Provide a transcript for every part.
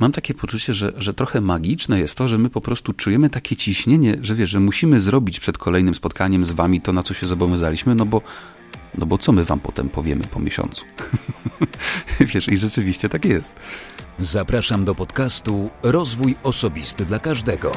mam takie poczucie, że trochę magiczne jest to, że my po prostu czujemy takie ciśnienie, że wiesz, że musimy zrobić przed kolejnym spotkaniem z wami to, na co się zobowiązaliśmy, no bo co my wam potem powiemy po miesiącu? Wiesz, i rzeczywiście tak jest. Zapraszam do podcastu Rozwój Osobisty dla Każdego.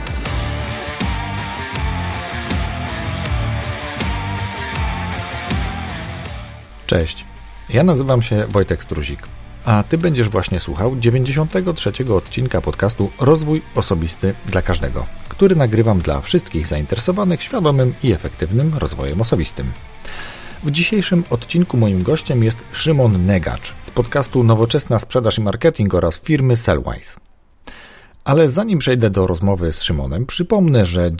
Cześć, ja nazywam się Wojtek Struzik, a Ty będziesz właśnie słuchał 93. odcinka podcastu Rozwój Osobisty dla Każdego, który nagrywam dla wszystkich zainteresowanych świadomym i efektywnym rozwojem osobistym. W dzisiejszym odcinku moim gościem jest Szymon Negacz z podcastu Nowoczesna Sprzedaż i Marketing oraz firmy Sellwise. Ale zanim przejdę do rozmowy z Szymonem, przypomnę, że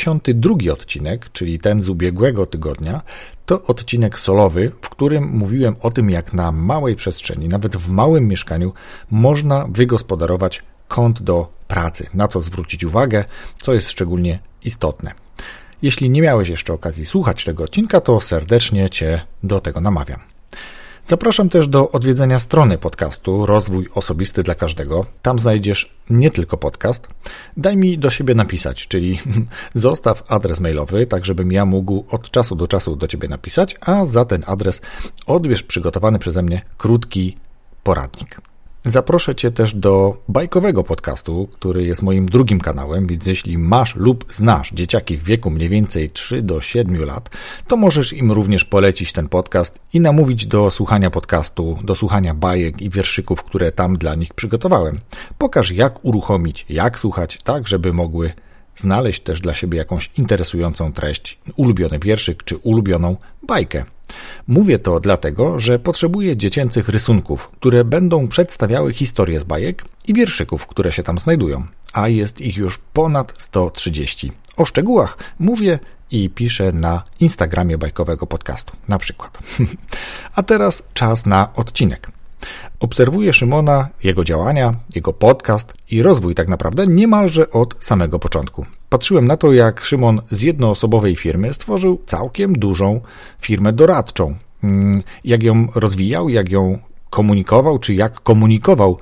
92. odcinek, czyli ten z ubiegłego tygodnia, to odcinek solowy, w którym mówiłem o tym, jak na małej przestrzeni, nawet w małym mieszkaniu, można wygospodarować kąt do pracy, na co zwrócić uwagę, co jest szczególnie istotne. Jeśli nie miałeś jeszcze okazji słuchać tego odcinka, to serdecznie Cię do tego namawiam. Zapraszam też do odwiedzenia strony podcastu Rozwój Osobisty dla Każdego. Tam znajdziesz nie tylko podcast. Daj mi do siebie napisać, czyli zostaw adres mailowy, tak żebym ja mógł od czasu do czasu do Ciebie napisać, a za ten adres odbierz przygotowany przeze mnie krótki poradnik. Zaproszę Cię też do bajkowego podcastu, który jest moim drugim kanałem, więc jeśli masz lub znasz dzieciaki w wieku mniej więcej 3 do 7 lat, to możesz im również polecić ten podcast i namówić do słuchania podcastu, do słuchania bajek i wierszyków, które tam dla nich przygotowałem. Pokaż, jak uruchomić, jak słuchać, tak żeby mogły znaleźć też dla siebie jakąś interesującą treść, ulubiony wierszyk czy ulubioną bajkę. Mówię to dlatego, że potrzebuję dziecięcych rysunków, które będą przedstawiały historię z bajek i wierszyków, które się tam znajdują, a jest ich już ponad 130. O szczegółach mówię i piszę na Instagramie bajkowego podcastu, na przykład. A teraz czas na odcinek. Obserwuję Szymona, jego działania, jego podcast i rozwój tak naprawdę niemalże od samego początku. Patrzyłem na to, jak Szymon z jednoosobowej firmy stworzył całkiem dużą firmę doradczą. Jak ją rozwijał, jak ją komunikował, czy jak komunikował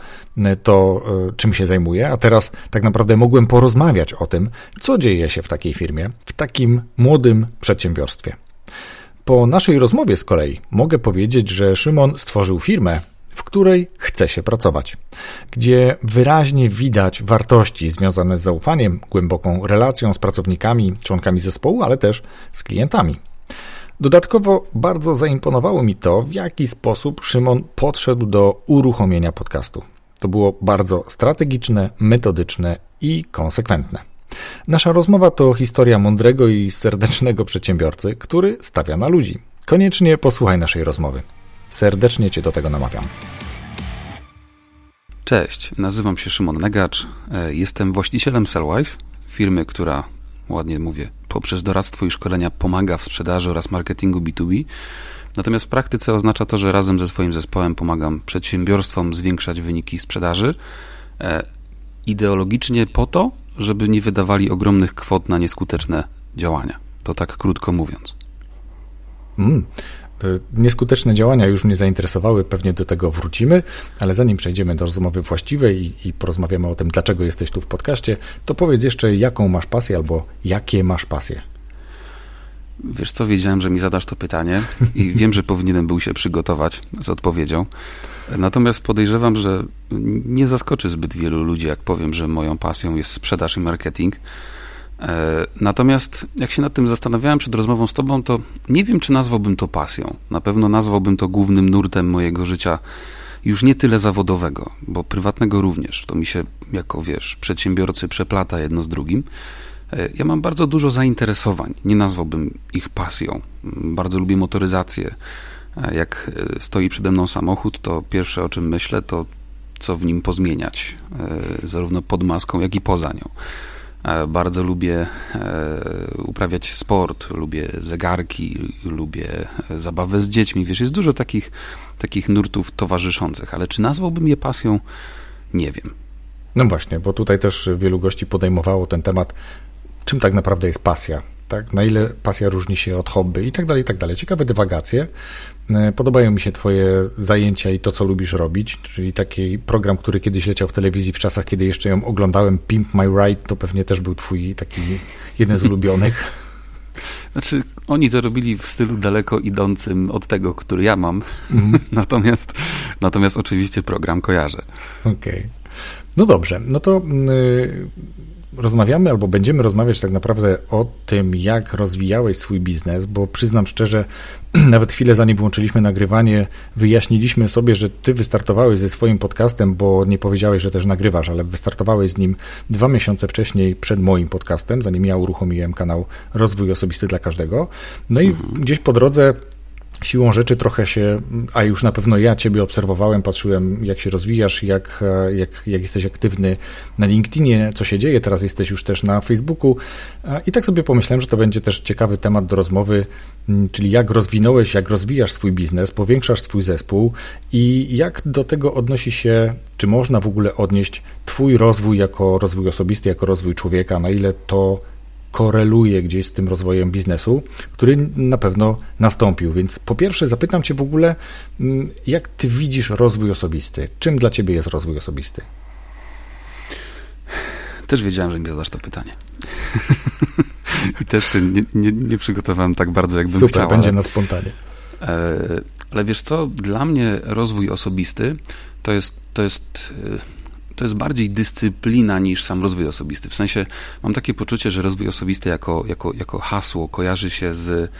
to, czym się zajmuje, a teraz tak naprawdę mogłem porozmawiać o tym, co dzieje się w takiej firmie, w takim młodym przedsiębiorstwie. Po naszej rozmowie z kolei mogę powiedzieć, że Szymon stworzył firmę, w której chce się pracować, gdzie wyraźnie widać wartości związane z zaufaniem, głęboką relacją z pracownikami, członkami zespołu, ale też z klientami. Dodatkowo bardzo zaimponowało mi to, w jaki sposób Szymon podszedł do uruchomienia podcastu. To było bardzo strategiczne, metodyczne i konsekwentne. Nasza rozmowa to historia mądrego i serdecznego przedsiębiorcy, który stawia na ludzi. Koniecznie posłuchaj naszej rozmowy. Serdecznie Cię do tego namawiam. Cześć, nazywam się Szymon Negacz, jestem właścicielem Sellwise, firmy, która, ładnie mówię, poprzez doradztwo i szkolenia pomaga w sprzedaży oraz marketingu B2B. Natomiast w praktyce oznacza to, że razem ze swoim zespołem pomagam przedsiębiorstwom zwiększać wyniki sprzedaży, ideologicznie po to, żeby nie wydawali ogromnych kwot na nieskuteczne działania. To tak krótko mówiąc. Nieskuteczne działania już mnie zainteresowały, pewnie do tego wrócimy, ale zanim przejdziemy do rozmowy właściwej i porozmawiamy o tym, dlaczego jesteś tu w podcaście, to powiedz jeszcze, jaką masz pasję albo jakie masz pasje. Wiesz co, wiedziałem, że mi zadasz to pytanie i wiem, że powinienem był się przygotować z odpowiedzią. Natomiast podejrzewam, że nie zaskoczy zbyt wielu ludzi, jak powiem, że moją pasją jest sprzedaż i marketing. Natomiast jak się nad tym zastanawiałem przed rozmową z Tobą, to nie wiem, czy nazwałbym to pasją. Na pewno nazwałbym to głównym nurtem mojego życia, już nie tyle zawodowego, bo prywatnego również. To mi się, jako wiesz, przedsiębiorcy przeplata jedno z drugim. Ja mam bardzo dużo zainteresowań, nie nazwałbym ich pasją. Bardzo lubię motoryzację. Jak stoi przede mną samochód, to pierwsze, o czym myślę, to co w nim pozmieniać, zarówno pod maską, jak i poza nią. Bardzo lubię uprawiać sport, lubię zegarki, lubię zabawę z dziećmi. Wiesz, jest dużo takich nurtów towarzyszących, ale czy nazwałbym je pasją? Nie wiem. No właśnie, bo tutaj też wielu gości podejmowało ten temat, czym tak naprawdę jest pasja. tak? Na ile pasja różni się od hobby i tak dalej, i tak dalej. Ciekawe dywagacje. Podobają mi się twoje zajęcia i to, co lubisz robić, czyli taki program, który kiedyś leciał w telewizji w czasach, kiedy jeszcze ją oglądałem, Pimp My Ride, to pewnie też był twój taki jeden z ulubionych. Znaczy, oni to robili w stylu daleko idącym od tego, który ja mam, natomiast oczywiście program kojarzę. Okej. No dobrze, no to rozmawiamy albo będziemy rozmawiać tak naprawdę o tym, jak rozwijałeś swój biznes, bo przyznam szczerze, nawet chwilę zanim włączyliśmy nagrywanie, wyjaśniliśmy sobie, że ty wystartowałeś ze swoim podcastem, bo nie powiedziałeś, że też nagrywasz, ale wystartowałeś z nim 2 miesiące wcześniej przed moim podcastem, zanim ja uruchomiłem kanał Rozwój Osobisty dla Każdego. No i gdzieś po drodze siłą rzeczy trochę się, a już na pewno ja ciebie obserwowałem, patrzyłem, jak się rozwijasz, jak jesteś aktywny na LinkedInie, co się dzieje, teraz jesteś już też na Facebooku i tak sobie pomyślałem, że to będzie też ciekawy temat do rozmowy, czyli jak rozwijasz swój biznes, powiększasz swój zespół i jak do tego odnosi się, czy można w ogóle odnieść twój rozwój jako rozwój osobisty, jako rozwój człowieka, na ile to koreluje gdzieś z tym rozwojem biznesu, który na pewno nastąpił. Więc po pierwsze zapytam cię w ogóle, jak ty widzisz rozwój osobisty? Czym dla ciebie jest rozwój osobisty? Też wiedziałem, że mi zadasz to pytanie. I też nie przygotowałem tak bardzo, jakbym chciał. Super, będzie na spontanie. Ale wiesz co? Dla mnie rozwój osobisty to jest bardziej dyscyplina niż sam rozwój osobisty. W sensie mam takie poczucie, że rozwój osobisty jako hasło kojarzy się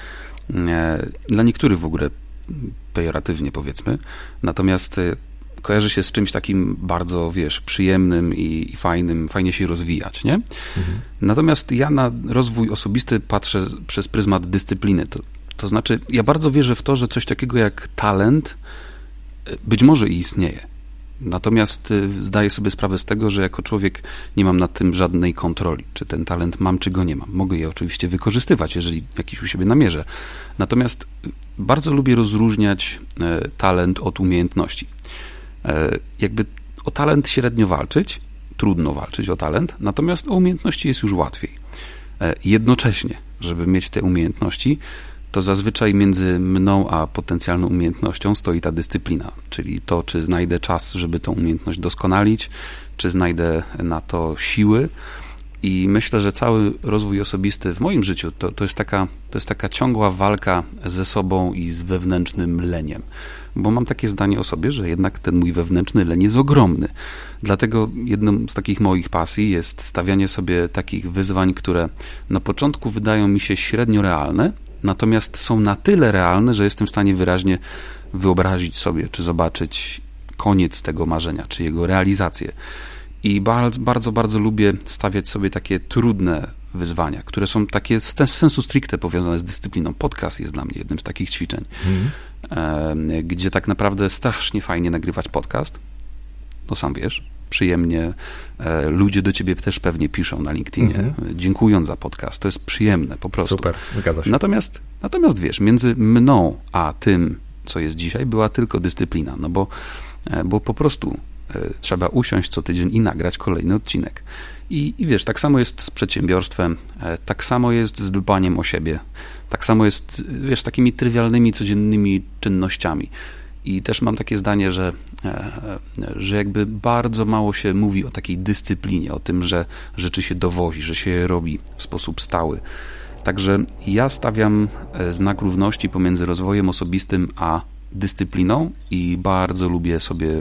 dla niektórych w ogóle pejoratywnie powiedzmy, natomiast kojarzy się z czymś takim bardzo, przyjemnym i fajnym, fajnie się rozwijać, nie? Mhm. Natomiast ja na rozwój osobisty patrzę przez pryzmat dyscypliny. To znaczy, ja bardzo wierzę w to, że coś takiego jak talent być może i istnieje. Natomiast zdaję sobie sprawę z tego, że jako człowiek nie mam nad tym żadnej kontroli, czy ten talent mam, czy go nie mam. Mogę je oczywiście wykorzystywać, jeżeli jakiś u siebie namierzę. Natomiast bardzo lubię rozróżniać talent od umiejętności. Jakby o talent średnio walczyć, trudno walczyć o talent, natomiast o umiejętności jest już łatwiej. Jednocześnie, żeby mieć te umiejętności, to zazwyczaj między mną a potencjalną umiejętnością stoi ta dyscyplina, czyli to, czy znajdę czas, żeby tą umiejętność doskonalić, czy znajdę na to siły. I myślę, że cały rozwój osobisty w moim życiu to jest taka ciągła walka ze sobą i z wewnętrznym leniem. Bo mam takie zdanie o sobie, że jednak ten mój wewnętrzny leń jest ogromny. Dlatego jedną z takich moich pasji jest stawianie sobie takich wyzwań, które na początku wydają mi się średnio realne, natomiast są na tyle realne, że jestem w stanie wyraźnie wyobrazić sobie, czy zobaczyć koniec tego marzenia, czy jego realizację. I bardzo, bardzo lubię stawiać sobie takie trudne wyzwania, które są takie z sensu stricte powiązane z dyscypliną. Podcast jest dla mnie jednym z takich ćwiczeń, gdzie tak naprawdę strasznie fajnie nagrywać podcast. No sam wiesz, przyjemnie. Ludzie do ciebie też pewnie piszą na LinkedInie, dziękując za podcast. To jest przyjemne po prostu. Super, zgadza się. Natomiast wiesz, między mną a tym, co jest dzisiaj, była tylko dyscyplina, no bo po prostu trzeba usiąść co tydzień i nagrać kolejny odcinek. I wiesz, tak samo jest z przedsiębiorstwem, tak samo jest z dbaniem o siebie, tak samo jest, wiesz, takimi trywialnymi, codziennymi czynnościami. I też mam takie zdanie, że jakby bardzo mało się mówi o takiej dyscyplinie, o tym, że rzeczy się dowozi, że się je robi w sposób stały. Także ja stawiam znak równości pomiędzy rozwojem osobistym a dyscypliną i bardzo lubię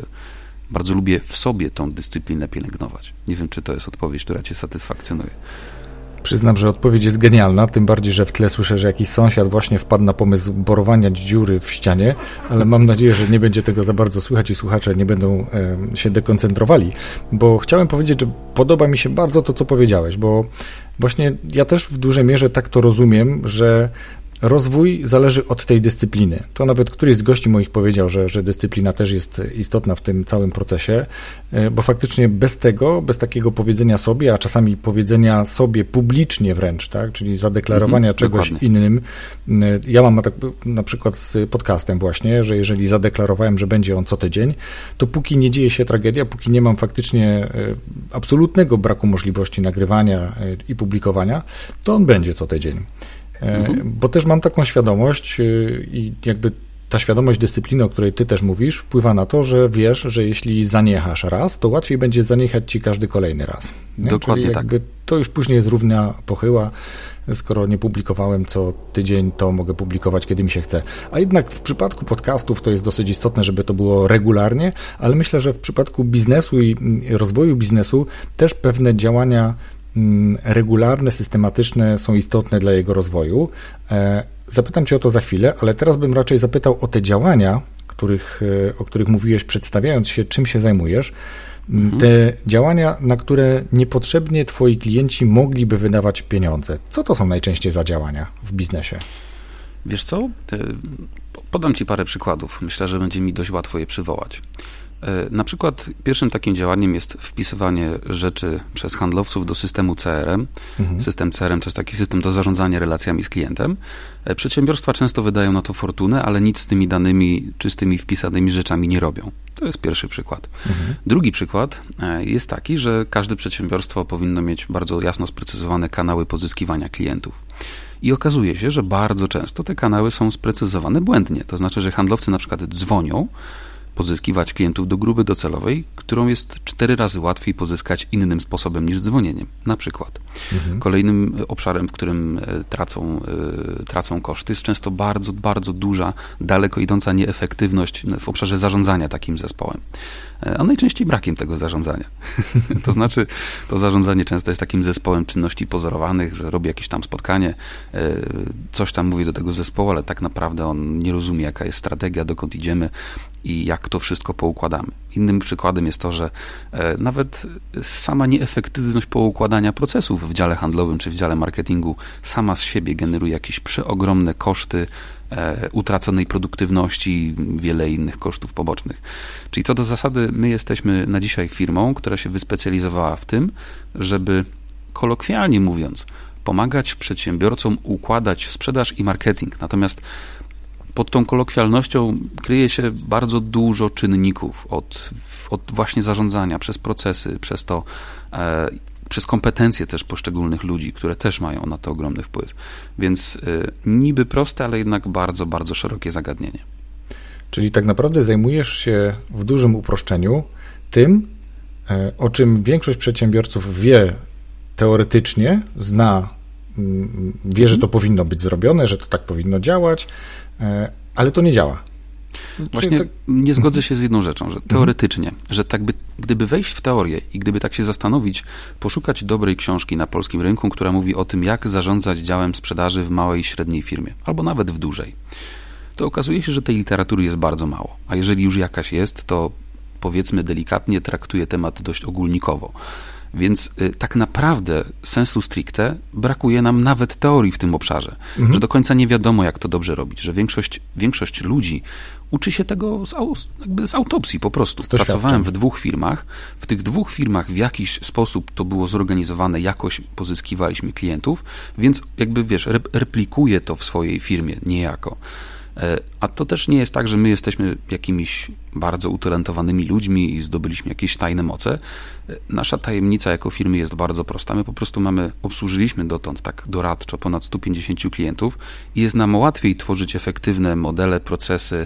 w sobie tą dyscyplinę pielęgnować. Nie wiem, czy to jest odpowiedź, która cię satysfakcjonuje. Przyznam, że odpowiedź jest genialna, tym bardziej, że w tle słyszę, że jakiś sąsiad właśnie wpadł na pomysł borowania dziury w ścianie, ale mam nadzieję, że nie będzie tego za bardzo słychać i słuchacze nie będą się dekoncentrowali, bo chciałem powiedzieć, że podoba mi się bardzo to, co powiedziałeś, bo właśnie ja też w dużej mierze tak to rozumiem, że rozwój zależy od tej dyscypliny. To nawet któryś z gości moich powiedział, że dyscyplina też jest istotna w tym całym procesie, bo faktycznie bez takiego powiedzenia sobie, a czasami powiedzenia sobie publicznie wręcz, tak, czyli zadeklarowania czegoś dokładnie. innym. Ja mam tak na przykład z podcastem właśnie, że jeżeli zadeklarowałem, że będzie on co tydzień, to póki nie dzieje się tragedia, póki nie mam faktycznie absolutnego braku możliwości nagrywania i publikowania, to on będzie co tydzień. Bo też mam taką świadomość i jakby ta świadomość dyscypliny, o której ty też mówisz, wpływa na to, że wiesz, że jeśli zaniechasz raz, to łatwiej będzie zaniechać ci każdy kolejny raz. Nie? Dokładnie czyli jakby to już później jest równa pochyła. Skoro nie publikowałem co tydzień, to mogę publikować, kiedy mi się chce. A jednak w przypadku podcastów to jest dosyć istotne, żeby to było regularnie, ale myślę, że w przypadku biznesu i rozwoju biznesu też pewne działania regularne, systematyczne są istotne dla jego rozwoju. Zapytam cię o to za chwilę, ale teraz bym raczej zapytał o te działania, o których mówiłeś, przedstawiając się, czym się zajmujesz. Te działania, na które niepotrzebnie twoi klienci mogliby wydawać pieniądze. Co to są najczęściej za działania w biznesie? Wiesz co? Podam ci parę przykładów. Myślę, że będzie mi dość łatwo je przywołać. Na przykład pierwszym takim działaniem jest wpisywanie rzeczy przez handlowców do systemu CRM. System CRM to jest taki system do zarządzania relacjami z klientem. Przedsiębiorstwa często wydają na to fortunę, ale nic z tymi danymi czy z tymi wpisanymi rzeczami nie robią. To jest pierwszy przykład. Drugi przykład jest taki, że każde przedsiębiorstwo powinno mieć bardzo jasno sprecyzowane kanały pozyskiwania klientów. I okazuje się, że bardzo często te kanały są sprecyzowane błędnie. To znaczy, że handlowcy na przykład dzwonią pozyskiwać klientów do grupy docelowej, którą jest 4 razy łatwiej pozyskać innym sposobem niż dzwonieniem, na przykład. Kolejnym obszarem, w którym tracą koszty, jest często bardzo, bardzo duża, daleko idąca nieefektywność w obszarze zarządzania takim zespołem. A najczęściej brakiem tego zarządzania. To znaczy, to zarządzanie często jest takim zespołem czynności pozorowanych, że robi jakieś tam spotkanie, coś tam mówi do tego zespołu, ale tak naprawdę on nie rozumie, jaka jest strategia, dokąd idziemy i jak to wszystko poukładamy. Innym przykładem jest to, że nawet sama nieefektywność poukładania procesów w dziale handlowym czy w dziale marketingu sama z siebie generuje jakieś przeogromne koszty utraconej produktywności, wiele innych kosztów pobocznych. Czyli co do zasady, my jesteśmy na dzisiaj firmą, która się wyspecjalizowała w tym, żeby kolokwialnie mówiąc, pomagać przedsiębiorcom układać sprzedaż i marketing. Natomiast pod tą kolokwialnością kryje się bardzo dużo czynników, od właśnie zarządzania, przez procesy, przez kompetencje też poszczególnych ludzi, które też mają na to ogromny wpływ. Więc niby proste, ale jednak bardzo, bardzo szerokie zagadnienie. Czyli tak naprawdę zajmujesz się w dużym uproszczeniu tym, o czym większość przedsiębiorców wie teoretycznie, wie, że to powinno być zrobione, że to tak powinno działać, ale to nie działa. Właśnie nie zgodzę się z jedną rzeczą, że teoretycznie, że tak gdyby wejść w teorię i gdyby tak się zastanowić, poszukać dobrej książki na polskim rynku, która mówi o tym, jak zarządzać działem sprzedaży w małej i średniej firmie, albo nawet w dużej, to okazuje się, że tej literatury jest bardzo mało. A jeżeli już jakaś jest, to powiedzmy delikatnie traktuje temat dość ogólnikowo. Więc tak naprawdę sensu stricte brakuje nam nawet teorii w tym obszarze, że do końca nie wiadomo, jak to dobrze robić, że większość ludzi uczy się tego z autopsji po prostu. Pracowałem w 2 firmach, w tych 2 firmach w jakiś sposób to było zorganizowane, jakoś pozyskiwaliśmy klientów, więc jakby wiesz, replikuję to w swojej firmie niejako. A to też nie jest tak, że my jesteśmy jakimiś bardzo utalentowanymi ludźmi i zdobyliśmy jakieś tajne moce. Nasza tajemnica jako firmy jest bardzo prosta. My po prostu obsłużyliśmy dotąd tak doradczo ponad 150 klientów i jest nam łatwiej tworzyć efektywne modele, procesy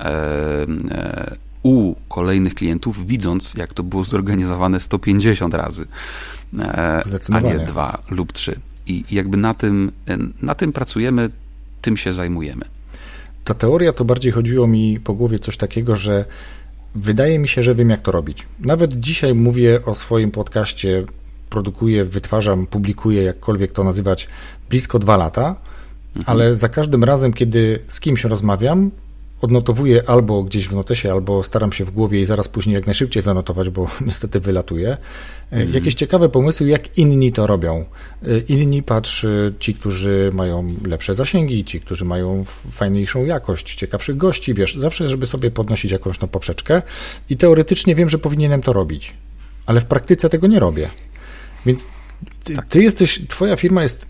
u kolejnych klientów, widząc, jak to było zorganizowane 150 razy, a nie 2 lub 3. I jakby na tym pracujemy, tym się zajmujemy. Ta teoria to bardziej chodziło mi po głowie coś takiego, że wydaje mi się, że wiem, jak to robić. Nawet dzisiaj mówię o swoim podcaście, produkuję, wytwarzam, publikuję, jakkolwiek to nazywać, blisko 2 lata, ale za każdym razem, kiedy z kimś rozmawiam, odnotowuję albo gdzieś w notesie, albo staram się w głowie i zaraz później jak najszybciej zanotować, bo niestety wylatuje. Jakieś ciekawe pomysły, jak inni to robią. Inni, patrz, ci, którzy mają lepsze zasięgi, ci, którzy mają fajniejszą jakość, ciekawszych gości, wiesz, zawsze, żeby sobie podnosić jakąś poprzeczkę i teoretycznie wiem, że powinienem to robić, ale w praktyce tego nie robię. Więc twoja firma jest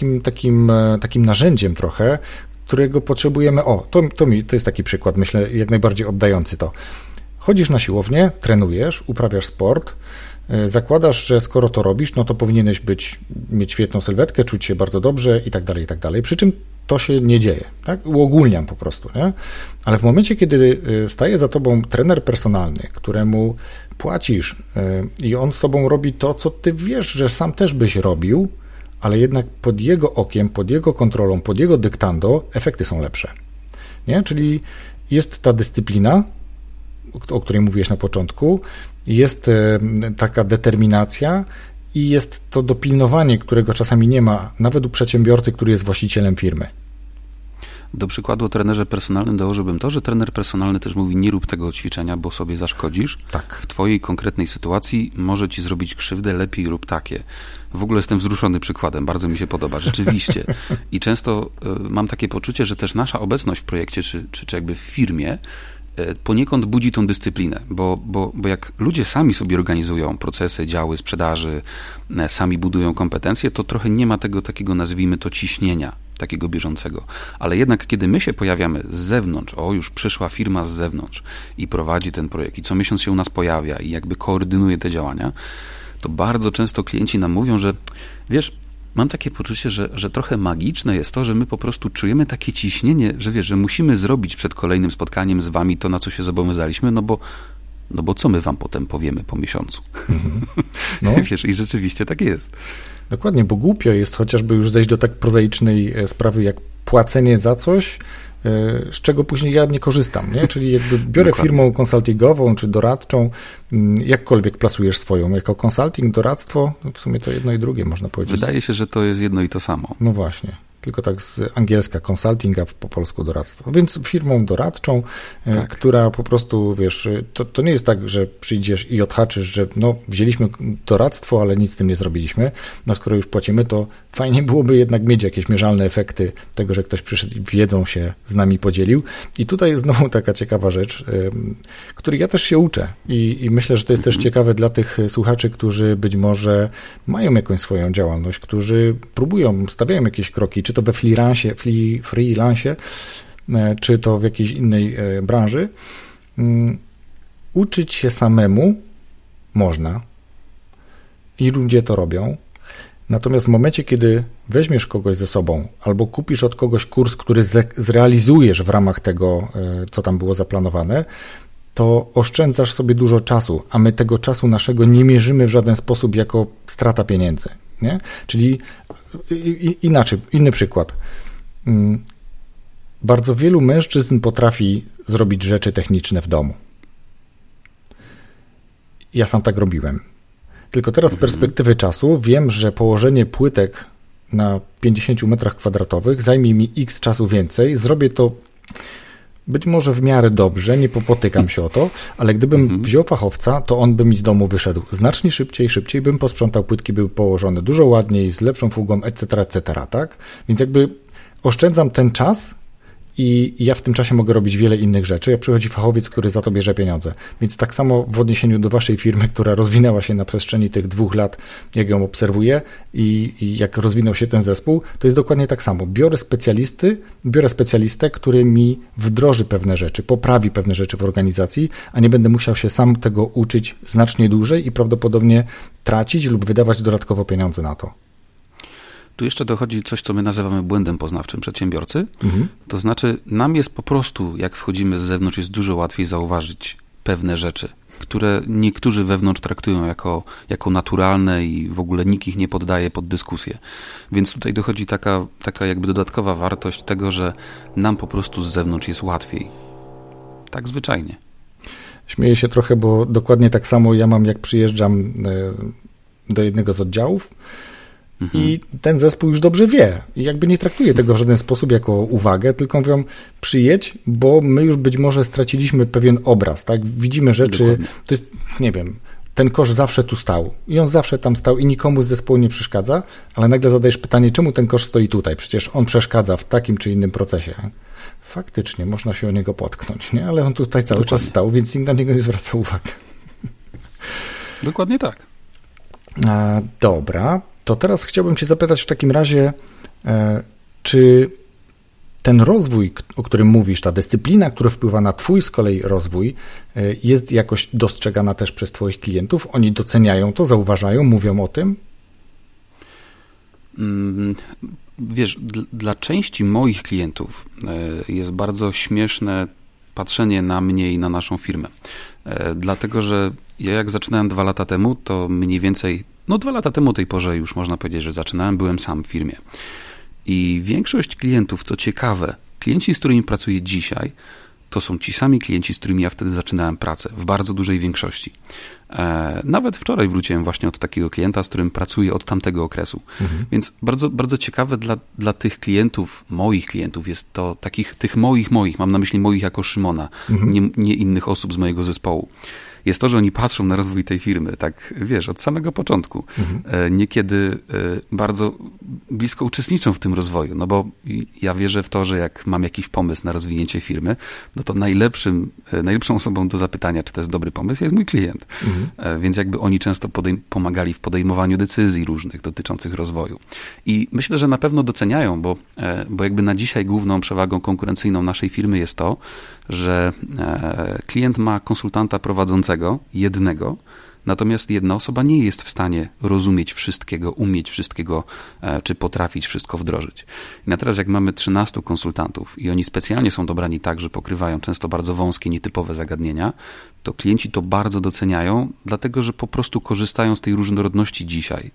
takim narzędziem trochę, którego potrzebujemy. To jest taki przykład, myślę, jak najbardziej oddający to. Chodzisz na siłownię, trenujesz, uprawiasz sport, zakładasz, że skoro to robisz, no to powinieneś mieć świetną sylwetkę, czuć się bardzo dobrze i tak dalej, i tak dalej. Przy czym to się nie dzieje, tak? Uogólniam po prostu, nie? Ale w momencie, kiedy staje za tobą trener personalny, któremu płacisz i on z tobą robi to, co ty wiesz, że sam też byś robił, ale jednak pod jego okiem, pod jego kontrolą, pod jego dyktando efekty są lepsze. Nie? Czyli jest ta dyscyplina, o której mówiłeś na początku, jest taka determinacja i jest to dopilnowanie, którego czasami nie ma nawet u przedsiębiorcy, który jest właścicielem firmy. Do przykładu o trenerze personalnym dołożyłbym to, że trener personalny też mówi, nie rób tego ćwiczenia, bo sobie zaszkodzisz. Tak. W twojej konkretnej sytuacji może ci zrobić krzywdę, lepiej rób takie. W ogóle jestem wzruszony przykładem, bardzo mi się podoba, rzeczywiście. I często mam takie poczucie, że też nasza obecność w projekcie, czy jakby w firmie, poniekąd budzi tą dyscyplinę, bo jak ludzie sami sobie organizują procesy, działy sprzedaży, sami budują kompetencje, to trochę nie ma tego takiego, nazwijmy to, ciśnienia takiego bieżącego. Ale jednak, kiedy my się pojawiamy z zewnątrz, już przyszła firma z zewnątrz i prowadzi ten projekt i co miesiąc się u nas pojawia i jakby koordynuje te działania, to bardzo często klienci nam mówią, że wiesz, mam takie poczucie, że trochę magiczne jest to, że my po prostu czujemy takie ciśnienie, że wiesz, że musimy zrobić przed kolejnym spotkaniem z wami to, na co się zobowiązaliśmy, no bo co my wam potem powiemy po miesiącu? No. Wiesz, i rzeczywiście tak jest. Dokładnie, bo głupio jest chociażby już zejść do tak prozaicznej sprawy, jak płacenie za coś, z czego później ja nie korzystam, nie? Czyli jakby biorę firmę konsultingową czy doradczą, jakkolwiek plasujesz swoją, jako konsulting, doradztwo, w sumie to jedno i drugie można powiedzieć. Wydaje się, że to jest jedno i to samo. No właśnie. Tylko tak z angielska consulting, a po polsku doradztwo. Więc firmą doradczą, która po prostu, wiesz, to nie jest tak, że przyjdziesz i odhaczysz, że no wzięliśmy doradztwo, ale nic z tym nie zrobiliśmy. No skoro już płacimy, to fajnie byłoby jednak mieć jakieś mierzalne efekty tego, że ktoś przyszedł i wiedzą się z nami podzielił. I tutaj jest znowu taka ciekawa rzecz, której ja też się uczę i myślę, że to jest też ciekawe dla tych słuchaczy, którzy być może mają jakąś swoją działalność, którzy próbują, stawiają jakieś kroki, czy to we freelancie, czy to w jakiejś innej branży. Uczyć się samemu można i ludzie to robią. Natomiast w momencie, kiedy weźmiesz kogoś ze sobą albo kupisz od kogoś kurs, który zrealizujesz w ramach tego, co tam było zaplanowane, to oszczędzasz sobie dużo czasu, a my tego czasu naszego nie mierzymy w żaden sposób jako strata pieniędzy. Nie? Czyli inaczej, inny przykład. Bardzo wielu mężczyzn potrafi zrobić rzeczy techniczne w domu. Ja sam tak robiłem. Tylko teraz z perspektywy czasu wiem, że położenie płytek na 50 metrach kwadratowych zajmie mi x czasu więcej. Zrobię to być może w miarę dobrze, nie popotykam się o to, ale gdybym wziął fachowca, to on by mi z domu wyszedł znacznie szybciej bym posprzątał, płytki były położone dużo ładniej, z lepszą fugą, etc., tak? Więc jakby oszczędzam ten czas i ja w tym czasie mogę robić wiele innych rzeczy. Ja przychodzi fachowiec, który za to bierze pieniądze. Więc tak samo w odniesieniu do waszej firmy, która rozwinęła się na przestrzeni tych 2 lat, jak ją obserwuję i jak rozwinął się ten zespół, to jest dokładnie tak samo. Biorę specjalistę, który mi wdroży pewne rzeczy, poprawi pewne rzeczy w organizacji, a nie będę musiał się sam tego uczyć znacznie dłużej i prawdopodobnie tracić lub wydawać dodatkowo pieniądze na to. Tu jeszcze dochodzi coś, co my nazywamy błędem poznawczym przedsiębiorcy. To znaczy, nam jest po prostu, jak wchodzimy z zewnątrz, jest dużo łatwiej zauważyć pewne rzeczy, które niektórzy wewnątrz traktują jako naturalne i w ogóle nikt ich nie poddaje pod dyskusję. Więc tutaj dochodzi taka jakby dodatkowa wartość tego, że nam po prostu z zewnątrz jest łatwiej. Tak zwyczajnie. Śmieję się trochę, bo dokładnie tak samo ja mam, jak przyjeżdżam do jednego z oddziałów i ten zespół już dobrze wie i jakby nie traktuje tego w żaden sposób jako uwagę, tylko mówią przyjedź, bo my już być może straciliśmy pewien obraz, tak? Widzimy rzeczy, dokładnie. To jest, nie wiem, ten kosz zawsze tu stał i on zawsze tam stał i nikomu z zespołu nie przeszkadza, ale nagle zadajesz pytanie, czemu ten kosz stoi tutaj? Przecież on przeszkadza w takim czy innym procesie. Faktycznie, można się o niego potknąć, nie? Ale on tutaj cały czas stał, więc nikt na niego nie zwraca uwagi. Dokładnie tak. Dobra, to teraz chciałbym cię zapytać w takim razie, czy ten rozwój, o którym mówisz, ta dyscyplina, która wpływa na twój z kolei rozwój, jest jakoś dostrzegana też przez twoich klientów? Oni doceniają to, zauważają, mówią o tym? Wiesz, dla części moich klientów jest bardzo śmieszne patrzenie na mnie i na naszą firmę. Dlatego, że ja jak zaczynałem 2 lata temu, to mniej więcej, 2 lata temu o tej porze już można powiedzieć, że zaczynałem, byłem sam w firmie. I większość klientów, co ciekawe, klienci, z którymi pracuję dzisiaj, to są ci sami klienci, z którymi ja wtedy zaczynałem pracę, w bardzo dużej większości. Nawet wczoraj wróciłem właśnie od takiego klienta, z którym pracuję od tamtego okresu. Więc bardzo, bardzo ciekawe dla tych klientów, moich klientów, jest to tych moich, mam na myśli moich jako Szymona, nie innych osób z mojego zespołu. Jest to, że oni patrzą na rozwój tej firmy, tak wiesz, od samego początku. Niekiedy bardzo blisko uczestniczą w tym rozwoju, no bo ja wierzę w to, że jak mam jakiś pomysł na rozwinięcie firmy, no to najlepszą osobą do zapytania, czy to jest dobry pomysł, jest mój klient. Więc jakby oni często pomagali w podejmowaniu decyzji różnych dotyczących rozwoju. I myślę, że na pewno doceniają, bo jakby na dzisiaj główną przewagą konkurencyjną naszej firmy jest to, że klient ma konsultanta prowadzącego, jednego, natomiast jedna osoba nie jest w stanie rozumieć wszystkiego, umieć wszystkiego, czy potrafić wszystko wdrożyć. I na teraz jak mamy 13 konsultantów i oni specjalnie są dobrani tak, że pokrywają często bardzo wąskie, nietypowe zagadnienia, to klienci to bardzo doceniają, dlatego że po prostu korzystają z tej różnorodności dzisiaj.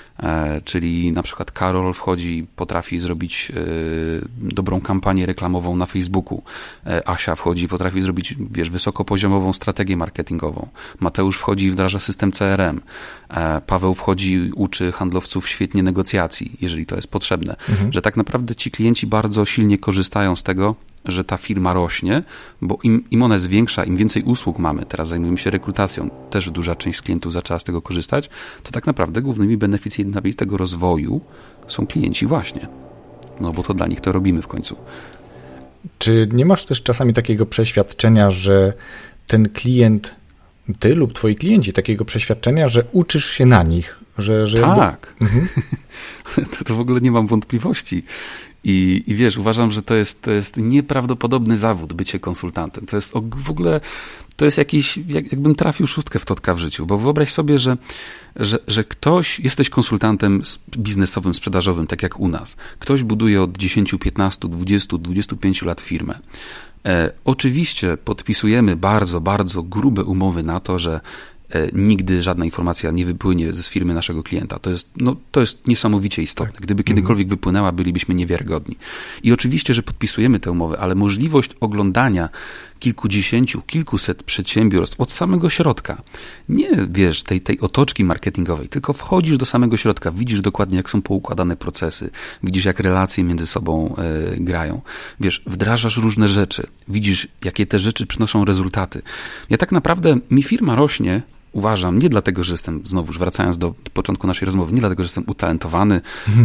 Czyli na przykład Karol wchodzi, potrafi zrobić dobrą kampanię reklamową na Facebooku. Asia wchodzi, potrafi zrobić, wysokopoziomową strategię marketingową. Mateusz wchodzi i wdraża system CRM. Paweł wchodzi, uczy handlowców świetnie negocjacji, jeżeli to jest potrzebne. Że tak naprawdę ci klienci bardzo silnie korzystają z tego, że ta firma rośnie, bo im ona jest większa, im więcej usług mamy, teraz zajmujemy się rekrutacją, też duża część klientów zaczęła z tego korzystać, to tak naprawdę głównymi beneficjentami tego rozwoju są klienci właśnie. No bo to dla nich to robimy w końcu. Czy nie masz też czasami takiego przeświadczenia, że ten klient, ty lub twoi klienci, takiego przeświadczenia, że uczysz się na nich? Że tak. To w ogóle nie mam wątpliwości. I wiesz, uważam, że to jest nieprawdopodobny zawód, bycie konsultantem. To jest w ogóle, to jest jakiś, jakbym trafił 6 w totka w życiu, bo wyobraź sobie, że jesteś konsultantem biznesowym, sprzedażowym, tak jak u nas. Ktoś buduje od 10, 15, 20, 25 lat firmę. Oczywiście podpisujemy bardzo, bardzo grube umowy na to, że nigdy żadna informacja nie wypłynie z firmy naszego klienta. To jest niesamowicie istotne. Gdyby kiedykolwiek wypłynęła, bylibyśmy niewiarygodni. I oczywiście, że podpisujemy te umowy, ale możliwość oglądania kilkudziesięciu, kilkuset przedsiębiorstw od samego środka. Nie, wiesz, tej otoczki marketingowej, tylko wchodzisz do samego środka, widzisz dokładnie, jak są poukładane procesy, widzisz, jak relacje między sobą grają. Wiesz, wdrażasz różne rzeczy, widzisz, jakie te rzeczy przynoszą rezultaty. Ja tak naprawdę, mi firma rośnie, uważam, nie dlatego, że jestem, znowuż wracając do początku naszej rozmowy, nie dlatego, że jestem utalentowany,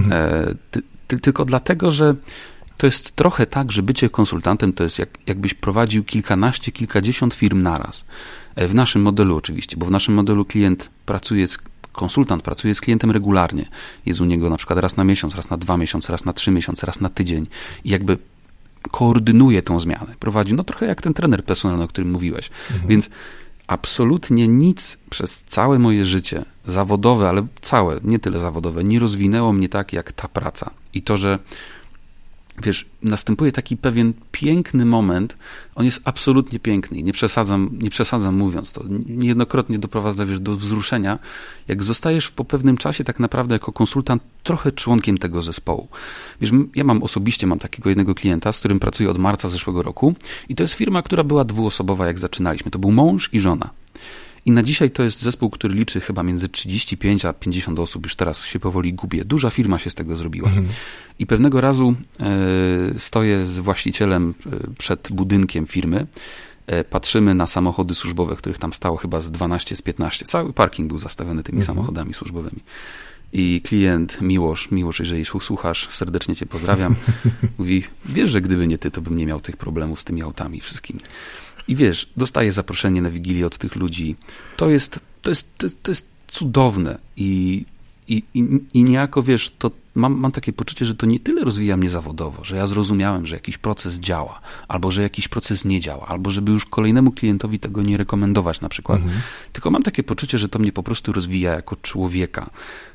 tylko dlatego, że to jest trochę tak, że bycie konsultantem to jest jakbyś prowadził kilkanaście, kilkadziesiąt firm naraz. W naszym modelu oczywiście, bo w naszym modelu konsultant pracuje z klientem regularnie. Jest u niego na przykład raz na miesiąc, raz na 2 miesiące, raz na 3 miesiące, raz na tydzień. I jakby koordynuje tą zmianę. Prowadzi, trochę jak ten trener personalny, o którym mówiłeś. Więc absolutnie nic przez całe moje życie zawodowe, ale całe, nie tyle zawodowe, nie rozwinęło mnie tak jak ta praca. I to, że wiesz, następuje taki pewien piękny moment, on jest absolutnie piękny i nie przesadzam mówiąc to. Niejednokrotnie doprowadza, wiesz, do wzruszenia, jak zostajesz po pewnym czasie tak naprawdę jako konsultant trochę członkiem tego zespołu. Wiesz, ja osobiście mam takiego jednego klienta, z którym pracuję od marca zeszłego roku i to jest firma, która była 2-osobowa, jak zaczynaliśmy. To był mąż i żona. I na dzisiaj to jest zespół, który liczy chyba między 35 a 50 osób, już teraz się powoli gubię. Duża firma się z tego zrobiła. I pewnego razu stoję z właścicielem przed budynkiem firmy, patrzymy na samochody służbowe, których tam stało chyba z 12, z 15. Cały parking był zastawiony tymi samochodami służbowymi. I klient Miłosz, jeżeli słuchasz, serdecznie cię pozdrawiam, mówi, wiesz, że gdyby nie ty, to bym nie miał tych problemów z tymi autami wszystkimi. I wiesz, dostaję zaproszenie na Wigilię od tych ludzi. To jest cudowne i niejako, wiesz, to mam takie poczucie, że to nie tyle rozwija mnie zawodowo, że ja zrozumiałem, że jakiś proces działa, albo że jakiś proces nie działa, albo żeby już kolejnemu klientowi tego nie rekomendować na przykład. Tylko mam takie poczucie, że to mnie po prostu rozwija jako człowieka.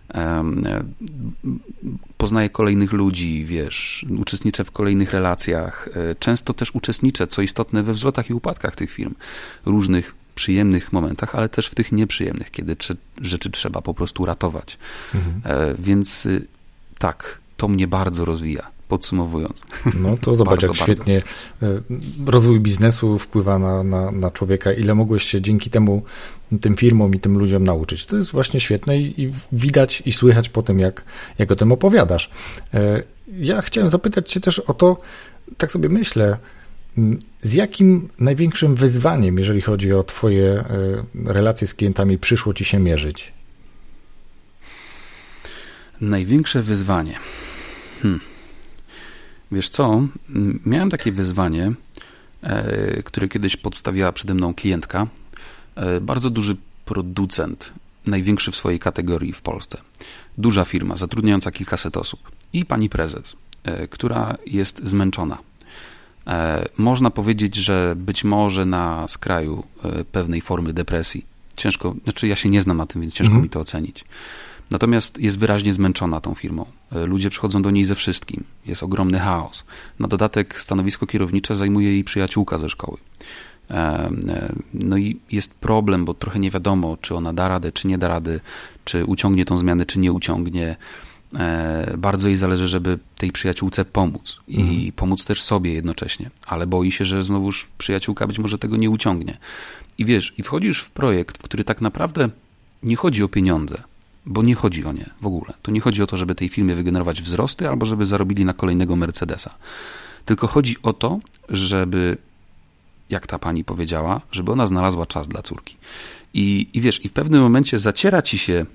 Poznaję kolejnych ludzi, wiesz, uczestniczę w kolejnych relacjach. Często też uczestniczę, co istotne, we wzlotach i upadkach tych firm. Różnych przyjemnych momentach, ale też w tych nieprzyjemnych, kiedy rzeczy trzeba po prostu ratować. Więc tak, to mnie bardzo rozwija, podsumowując. No to zobacz, jak świetnie rozwój biznesu wpływa na człowieka, ile mogłeś się dzięki tym firmom i tym ludziom nauczyć. To jest właśnie świetne i widać i słychać po tym, jak o tym opowiadasz. Ja chciałem zapytać cię też o to, tak sobie myślę, z jakim największym wyzwaniem, jeżeli chodzi o twoje relacje z klientami, przyszło ci się mierzyć? Największe wyzwanie. Wiesz co, miałem takie wyzwanie, które kiedyś podstawiła przede mną klientka, bardzo duży producent, największy w swojej kategorii w Polsce. Duża firma, zatrudniająca kilkaset osób. I pani prezes, która jest zmęczona. Można powiedzieć, że być może na skraju pewnej formy depresji. Ciężko, znaczy ja się nie znam na tym, więc ciężko mi to ocenić. Natomiast jest wyraźnie zmęczona tą firmą. Ludzie przychodzą do niej ze wszystkim. Jest ogromny chaos. Na dodatek stanowisko kierownicze zajmuje jej przyjaciółka ze szkoły. No i jest problem, bo trochę nie wiadomo, czy ona da radę, czy nie da rady, czy uciągnie tą zmianę, czy nie uciągnie. Bardzo jej zależy, żeby tej przyjaciółce pomóc i pomóc też sobie jednocześnie, ale boi się, że znowuż przyjaciółka być może tego nie uciągnie. I wiesz, i wchodzisz w projekt, w który tak naprawdę nie chodzi o pieniądze, bo nie chodzi o nie w ogóle. To nie chodzi o to, żeby tej firmie wygenerować wzrosty albo żeby zarobili na kolejnego Mercedesa. Tylko chodzi o to, żeby, jak ta pani powiedziała, żeby ona znalazła czas dla córki. I wiesz, i w pewnym momencie zaciera ci się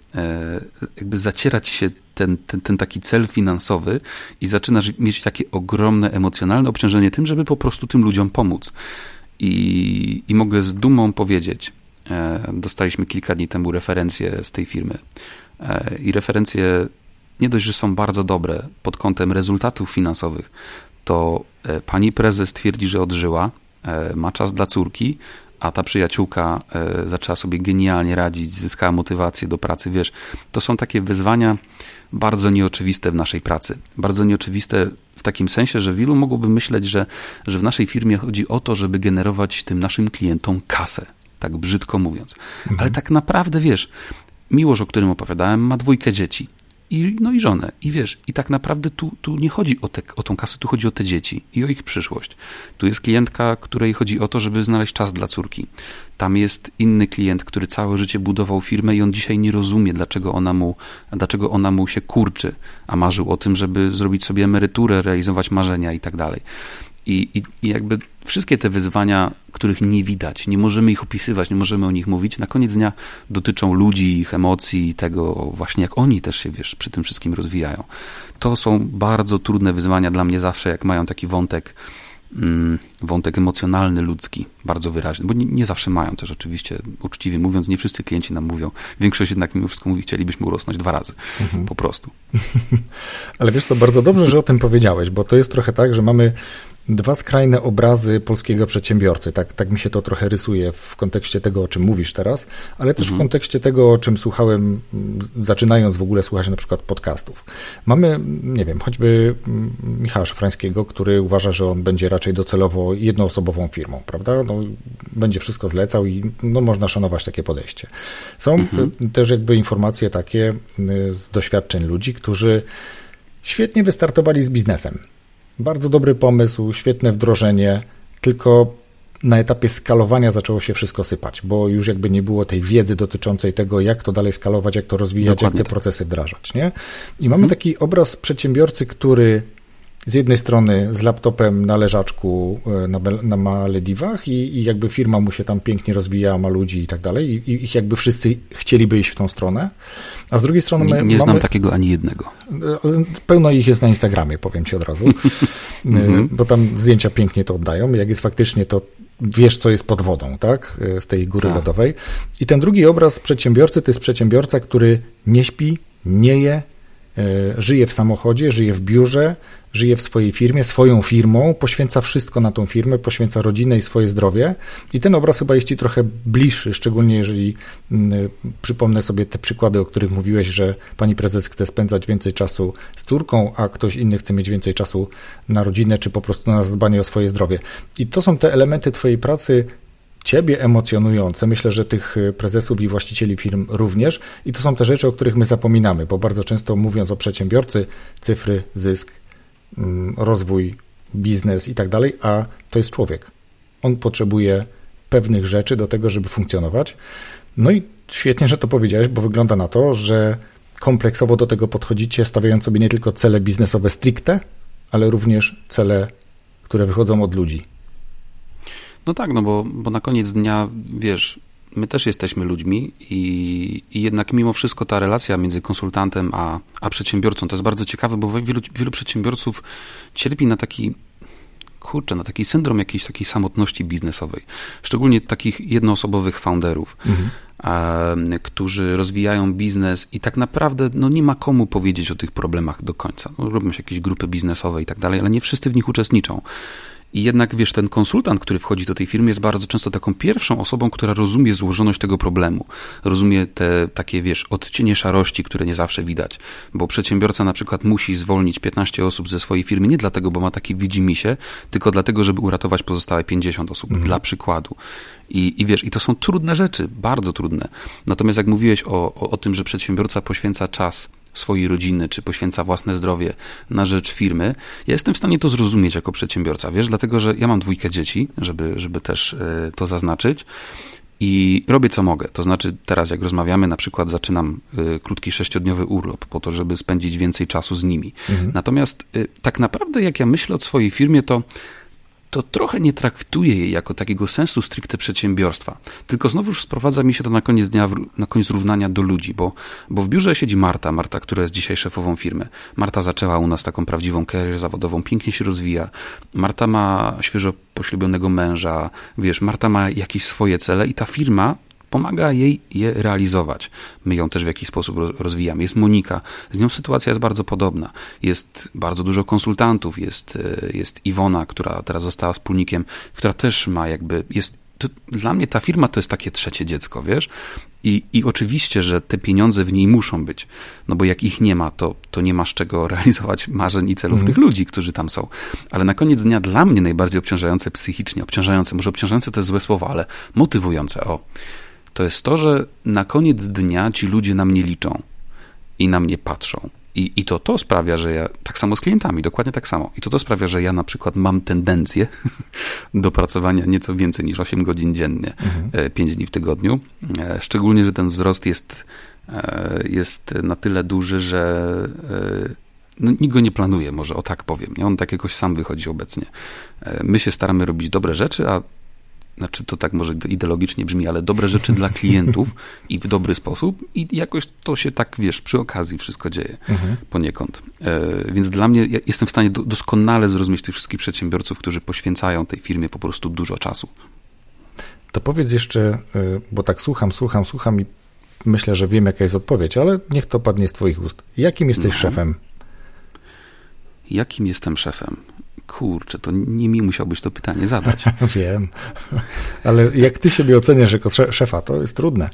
ten taki cel finansowy i zaczynasz mieć takie ogromne emocjonalne obciążenie tym, żeby po prostu tym ludziom pomóc. I mogę z dumą powiedzieć, dostaliśmy kilka dni temu referencje z tej firmy i referencje nie dość, że są bardzo dobre pod kątem rezultatów finansowych, to pani prezes twierdzi, że odżyła, ma czas dla córki, a ta przyjaciółka zaczęła sobie genialnie radzić, zyskała motywację do pracy. Wiesz, to są takie wyzwania bardzo nieoczywiste w naszej pracy. Bardzo nieoczywiste w takim sensie, że wielu mogłoby myśleć, że w naszej firmie chodzi o to, żeby generować tym naszym klientom kasę, tak brzydko mówiąc. Ale tak naprawdę, wiesz, Miłosz, o którym opowiadałem, ma 2 dzieci. I żonę. I wiesz, i tak naprawdę tu nie chodzi o tą kasę, tu chodzi o te dzieci i o ich przyszłość. Tu jest klientka, której chodzi o to, żeby znaleźć czas dla córki. Tam jest inny klient, który całe życie budował firmę i on dzisiaj nie rozumie, dlaczego ona mu się kurczy, a marzył o tym, żeby zrobić sobie emeryturę, realizować marzenia i tak dalej. I jakby wszystkie te wyzwania, których nie widać, nie możemy ich opisywać, nie możemy o nich mówić, na koniec dnia dotyczą ludzi, ich emocji i tego właśnie, jak oni też się, wiesz, przy tym wszystkim rozwijają. To są bardzo trudne wyzwania dla mnie zawsze, jak mają taki wątek emocjonalny, ludzki, bardzo wyraźny, bo nie zawsze mają też oczywiście, uczciwie mówiąc, nie wszyscy klienci nam mówią, większość jednak mimo wszystko mówi, chcielibyśmy urosnąć 2 razy, po prostu. Ale wiesz co, bardzo dobrze, że o tym powiedziałeś, bo to jest trochę tak, że mamy 2 skrajne obrazy polskiego przedsiębiorcy. Tak mi się to trochę rysuje w kontekście tego, o czym mówisz teraz, ale też w kontekście tego, o czym słuchałem, zaczynając w ogóle słuchać na przykład podcastów. Mamy, nie wiem, choćby Michała Szafrańskiego, który uważa, że on będzie raczej docelowo jednoosobową firmą, prawda? No, będzie wszystko zlecał i można szanować takie podejście. Są też jakby informacje takie z doświadczeń ludzi, którzy świetnie wystartowali z biznesem. Bardzo dobry pomysł, świetne wdrożenie, tylko na etapie skalowania zaczęło się wszystko sypać, bo już jakby nie było tej wiedzy dotyczącej tego, jak to dalej skalować, jak to rozwijać, Dokładnie jak te procesy wdrażać, nie? I mamy taki obraz przedsiębiorcy, który z jednej strony z laptopem na leżaczku na Malediwach i jakby firma mu się tam pięknie rozwija, ma ludzi i tak dalej i jakby wszyscy chcieliby iść w tą stronę, a z drugiej strony nie znam takiego ani jednego. Pełno ich jest na Instagramie, powiem ci od razu, bo tam zdjęcia pięknie to oddają, jak jest faktycznie to wiesz, co jest pod wodą, tak, z tej góry lodowej. I ten drugi obraz przedsiębiorcy to jest przedsiębiorca, który nie śpi, nie je, żyje w samochodzie, żyje w biurze, żyje w swojej firmie, swoją firmą, poświęca wszystko na tą firmę, poświęca rodzinę i swoje zdrowie. I ten obraz chyba jest ci trochę bliższy, szczególnie jeżeli przypomnę sobie te przykłady, o których mówiłeś, że pani prezes chce spędzać więcej czasu z córką, a ktoś inny chce mieć więcej czasu na rodzinę, czy po prostu na zadbanie o swoje zdrowie. I to są te elementy twojej pracy, ciebie emocjonujące, myślę, że tych prezesów i właścicieli firm również i to są te rzeczy, o których my zapominamy, bo bardzo często mówiąc o przedsiębiorcy, cyfry, zysk, rozwój, biznes i tak dalej, a to jest człowiek. On potrzebuje pewnych rzeczy do tego, żeby funkcjonować. No i świetnie, że to powiedziałeś, bo wygląda na to, że kompleksowo do tego podchodzicie, stawiając sobie nie tylko cele biznesowe stricte, ale również cele, które wychodzą od ludzi. No tak, no bo na koniec dnia, wiesz, my też jesteśmy ludźmi i jednak mimo wszystko ta relacja między konsultantem a przedsiębiorcą to jest bardzo ciekawe, bo wielu przedsiębiorców cierpi na taki syndrom jakiejś takiej samotności biznesowej. Szczególnie takich jednoosobowych founderów, którzy rozwijają biznes i tak naprawdę nie ma komu powiedzieć o tych problemach do końca. Robią się jakieś grupy biznesowe i tak dalej, ale nie wszyscy w nich uczestniczą. I jednak, wiesz, ten konsultant, który wchodzi do tej firmy, jest bardzo często taką pierwszą osobą, która rozumie złożoność tego problemu. Rozumie te takie, wiesz, odcienie szarości, które nie zawsze widać. Bo przedsiębiorca na przykład musi zwolnić 15 osób ze swojej firmy, nie dlatego, bo ma takie widzimisię, tylko dlatego, żeby uratować pozostałe 50 osób, dla przykładu. I wiesz, i to są trudne rzeczy, bardzo trudne. Natomiast jak mówiłeś o tym, że przedsiębiorca poświęca czas swojej rodziny, czy poświęca własne zdrowie na rzecz firmy, ja jestem w stanie to zrozumieć jako przedsiębiorca, wiesz, dlatego, że ja mam 2 dzieci, żeby też to zaznaczyć i robię co mogę, to znaczy teraz jak rozmawiamy, na przykład zaczynam krótki 6-dniowy urlop po to, żeby spędzić więcej czasu z nimi. Natomiast tak naprawdę jak ja myślę o swojej firmie, to trochę nie traktuję jej jako takiego sensu stricte przedsiębiorstwa. Tylko znowuż sprowadza mi się to na koniec dnia, na koniec równania do ludzi, bo w biurze siedzi Marta, która jest dzisiaj szefową firmy. Marta zaczęła u nas taką prawdziwą karierę zawodową, pięknie się rozwija. Marta ma świeżo poślubionego męża, wiesz, Marta ma jakieś swoje cele i ta firma pomaga jej je realizować. My ją też w jakiś sposób rozwijamy. Jest Monika, z nią sytuacja jest bardzo podobna. Jest bardzo dużo konsultantów, jest Iwona, która teraz została wspólnikiem, która też ma dla mnie ta firma to jest takie trzecie dziecko, wiesz? I oczywiście, że te pieniądze w niej muszą być, no bo jak ich nie ma, to nie masz czego realizować marzeń i celów tych ludzi, którzy tam są. Ale na koniec dnia dla mnie najbardziej obciążające psychicznie, może obciążające to jest złe słowo, ale motywujące, to jest to, że na koniec dnia ci ludzie na mnie liczą i na mnie patrzą. I to sprawia, że ja, tak samo z klientami, dokładnie tak samo. I to sprawia, że ja na przykład mam tendencję do pracowania nieco więcej niż 8 godzin dziennie, 5 dni w tygodniu. Szczególnie, że ten wzrost jest na tyle duży, że nikt go nie planuje, może o tak powiem. Nie? On tak jakoś sam wychodzi obecnie. My się staramy robić dobre rzeczy, znaczy to tak może ideologicznie brzmi, ale dobre rzeczy dla klientów i w dobry sposób i jakoś to się tak, wiesz, przy okazji wszystko dzieje poniekąd. Więc dla mnie, ja jestem w stanie doskonale zrozumieć tych wszystkich przedsiębiorców, którzy poświęcają tej firmie po prostu dużo czasu. To powiedz jeszcze, bo tak słucham i myślę, że wiem, jaka jest odpowiedź, ale niech to padnie z twoich ust. Jakim jesteś szefem? Jakim jestem szefem? Kurczę, to nie mi musiałbyś to pytanie zadać. Wiem, ale jak ty siebie oceniasz jako szefa, to jest trudne.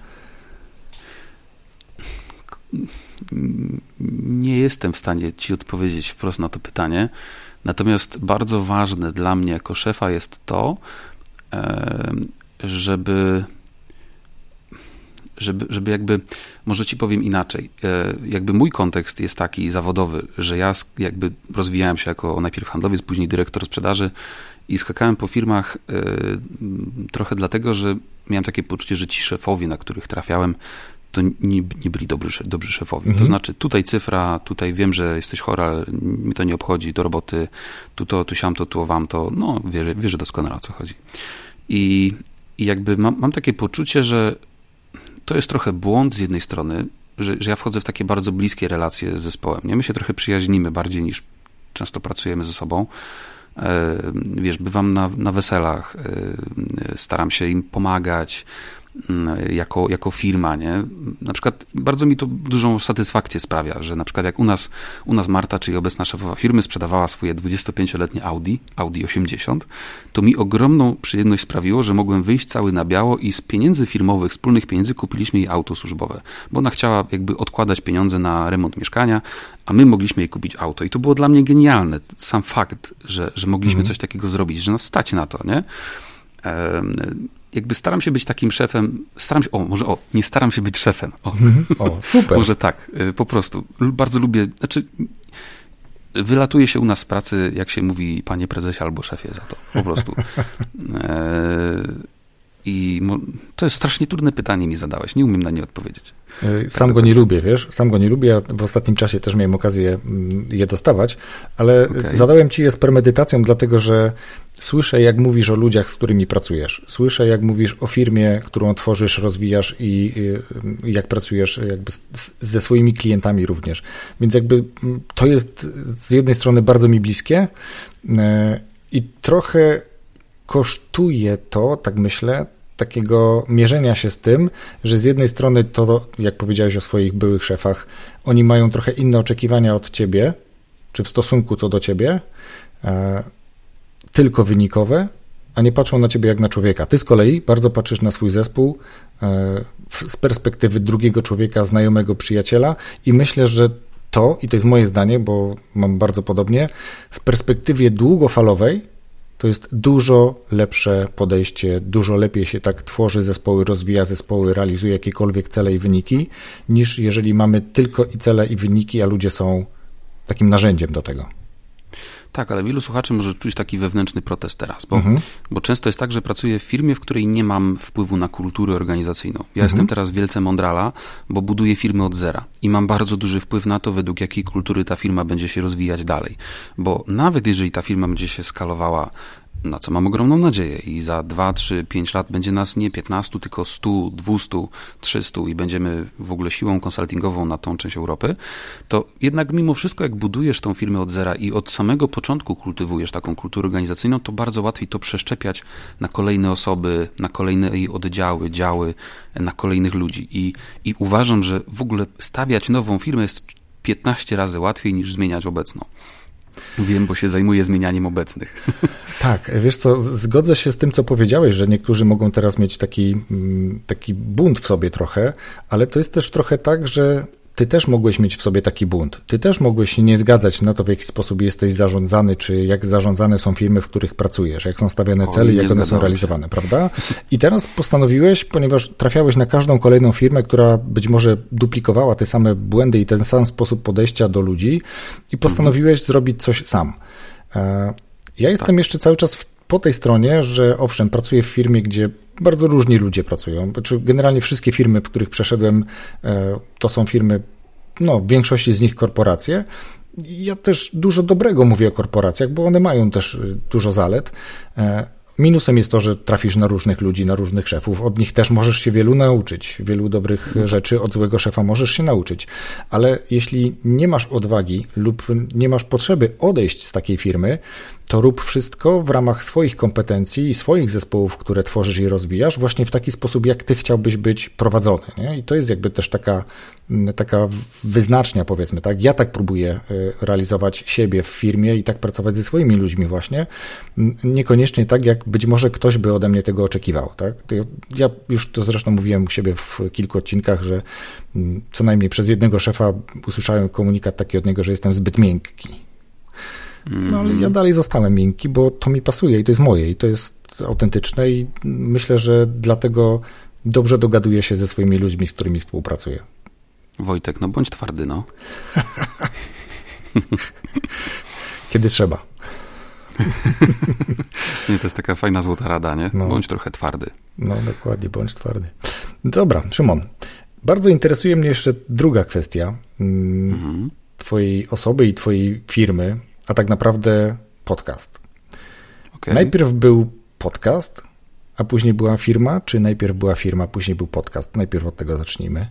Nie jestem w stanie ci odpowiedzieć wprost na to pytanie, natomiast bardzo ważne dla mnie jako szefa jest to, żeby żeby jakby, może ci powiem inaczej, jakby mój kontekst jest taki zawodowy, że ja jakby rozwijałem się jako najpierw handlowiec, później dyrektor sprzedaży i skakałem po firmach trochę dlatego, że miałem takie poczucie, że ci szefowie, na których trafiałem, to nie byli dobrzy szefowie. To znaczy tutaj cyfra, tutaj wiem, że jesteś chora, mi to nie obchodzi, do roboty, tu to, tu siam to, tu wam to, no wierzę doskonale, o co chodzi. I jakby mam takie poczucie, że to jest trochę błąd z jednej strony, że ja wchodzę w takie bardzo bliskie relacje z zespołem. Nie? My się trochę przyjaźnimy bardziej niż często pracujemy ze sobą. Wiesz, bywam na weselach, staram się im pomagać jako firma, nie? Na przykład bardzo mi to dużą satysfakcję sprawia, że na przykład jak u nas Marta, czyli obecna szefowa firmy, sprzedawała swoje 25-letnie Audi 80, to mi ogromną przyjemność sprawiło, że mogłem wyjść cały na biało i z pieniędzy firmowych, wspólnych pieniędzy kupiliśmy jej auto służbowe, bo ona chciała jakby odkładać pieniądze na remont mieszkania, a my mogliśmy jej kupić auto i to było dla mnie genialne. Sam fakt, że mogliśmy coś takiego zrobić, że nas stać na to, nie? Jakby staram się być takim szefem, nie staram się być szefem. Super. Może tak, po prostu. Bardzo lubię, wylatuje się u nas z pracy, jak się mówi, panie prezesie albo szefie za to, po prostu. I to jest strasznie trudne pytanie mi zadałeś, nie umiem na nie odpowiedzieć. Sam go nie lubię, wiesz? Sam go nie lubię, ja w ostatnim czasie też miałem okazję je dostawać, ale zadałem ci je z premedytacją, dlatego że słyszę, jak mówisz o ludziach, z którymi pracujesz. Słyszę, jak mówisz o firmie, którą tworzysz, rozwijasz i jak pracujesz jakby ze swoimi klientami również. Więc jakby to jest z jednej strony bardzo mi bliskie i trochę kosztuje to, tak myślę, takiego mierzenia się z tym, że z jednej strony to, jak powiedziałeś o swoich byłych szefach, oni mają trochę inne oczekiwania od ciebie, czy w stosunku co do ciebie, tylko wynikowe, a nie patrzą na ciebie jak na człowieka. Ty z kolei bardzo patrzysz na swój zespół z perspektywy drugiego człowieka, znajomego przyjaciela i myślę, że i to jest moje zdanie, bo mam bardzo podobnie, w perspektywie długofalowej to jest dużo lepsze podejście, dużo lepiej się tak tworzy zespoły, rozwija zespoły, realizuje jakiekolwiek cele i wyniki, niż jeżeli mamy tylko i cele i wyniki, a ludzie są takim narzędziem do tego. Tak, ale wielu słuchaczy może czuć taki wewnętrzny protest teraz, bo często jest tak, że pracuję w firmie, w której nie mam wpływu na kulturę organizacyjną. Ja jestem teraz wielce mądrala, bo buduję firmę od zera i mam bardzo duży wpływ na to, według jakiej kultury ta firma będzie się rozwijać dalej. Bo nawet jeżeli ta firma będzie się skalowała, na co mam ogromną nadzieję i za 2, 3, 5 lat będzie nas nie 15, tylko 100, 200, 300 i będziemy w ogóle siłą konsultingową na tą część Europy, to jednak mimo wszystko, jak budujesz tą firmę od zera i od samego początku kultywujesz taką kulturę organizacyjną, to bardzo łatwiej to przeszczepiać na kolejne osoby, na kolejne jej oddziały, działy, na kolejnych ludzi. I uważam, że w ogóle stawiać nową firmę jest 15 razy łatwiej niż zmieniać obecną. Wiem, bo się zajmuję zmienianiem obecnych. Tak, wiesz co, zgodzę się z tym, co powiedziałeś, że niektórzy mogą teraz mieć taki bunt w sobie trochę, ale to jest też trochę tak, że ty też mogłeś mieć w sobie taki bunt. Ty też mogłeś się nie zgadzać na to, w jaki sposób jesteś zarządzany, czy jak zarządzane są firmy, w których pracujesz, jak są stawiane cele, jak one są realizowane, prawda? I teraz postanowiłeś, ponieważ trafiałeś na każdą kolejną firmę, która być może duplikowała te same błędy i ten sam sposób podejścia do ludzi i postanowiłeś zrobić coś sam. Ja jestem jeszcze cały czas po tej stronie, że owszem, pracuję w firmie, gdzie bardzo różni ludzie pracują. Znaczy, generalnie wszystkie firmy, w których przeszedłem, to są firmy, w większości z nich korporacje. Ja też dużo dobrego mówię o korporacjach, bo one mają też dużo zalet. Minusem jest to, że trafisz na różnych ludzi, na różnych szefów. Od nich też możesz się wielu nauczyć. Wielu dobrych rzeczy od złego szefa możesz się nauczyć. Ale jeśli nie masz odwagi lub nie masz potrzeby odejść z takiej firmy, to rób wszystko w ramach swoich kompetencji i swoich zespołów, które tworzysz i rozwijasz, właśnie w taki sposób, jak ty chciałbyś być prowadzony. Nie? I to jest jakby też taka wyznacznia, powiedzmy, tak? Ja tak próbuję realizować siebie w firmie i tak pracować ze swoimi ludźmi właśnie. Niekoniecznie tak, jak być może ktoś by ode mnie tego oczekiwał, tak? Ja już to zresztą mówiłem u siebie w kilku odcinkach, że co najmniej przez jednego szefa usłyszałem komunikat taki od niego, że jestem zbyt miękki. No ale ja dalej zostałem miękki, bo to mi pasuje i to jest moje i to jest autentyczne i myślę, że dlatego dobrze dogaduje się ze swoimi ludźmi, z którymi współpracuje? Wojtek, no bądź twardy, no. Kiedy trzeba. Nie, to jest taka fajna złota rada, nie? No. Bądź trochę twardy. No dokładnie, bądź twardy. Dobra, Szymon. Bardzo interesuje mnie jeszcze druga kwestia twojej osoby i twojej firmy, a tak naprawdę podcast. Okay. Najpierw był podcast, a później była firma, czy najpierw była firma, później był podcast? Najpierw od tego zacznijmy.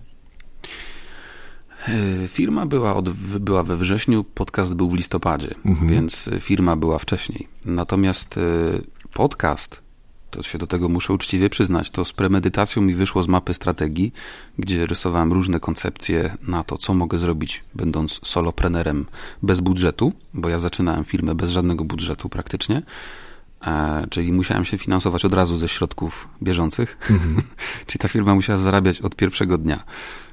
Firma była we wrześniu, podcast był w listopadzie, więc firma była wcześniej. Natomiast podcast, to się do tego muszę uczciwie przyznać, to z premedytacją mi wyszło z mapy strategii, gdzie rysowałem różne koncepcje na to, co mogę zrobić, będąc soloprenerem bez budżetu, bo ja zaczynałem firmę bez żadnego budżetu praktycznie, czyli musiałem się finansować od razu ze środków bieżących, czyli ta firma musiała zarabiać od pierwszego dnia.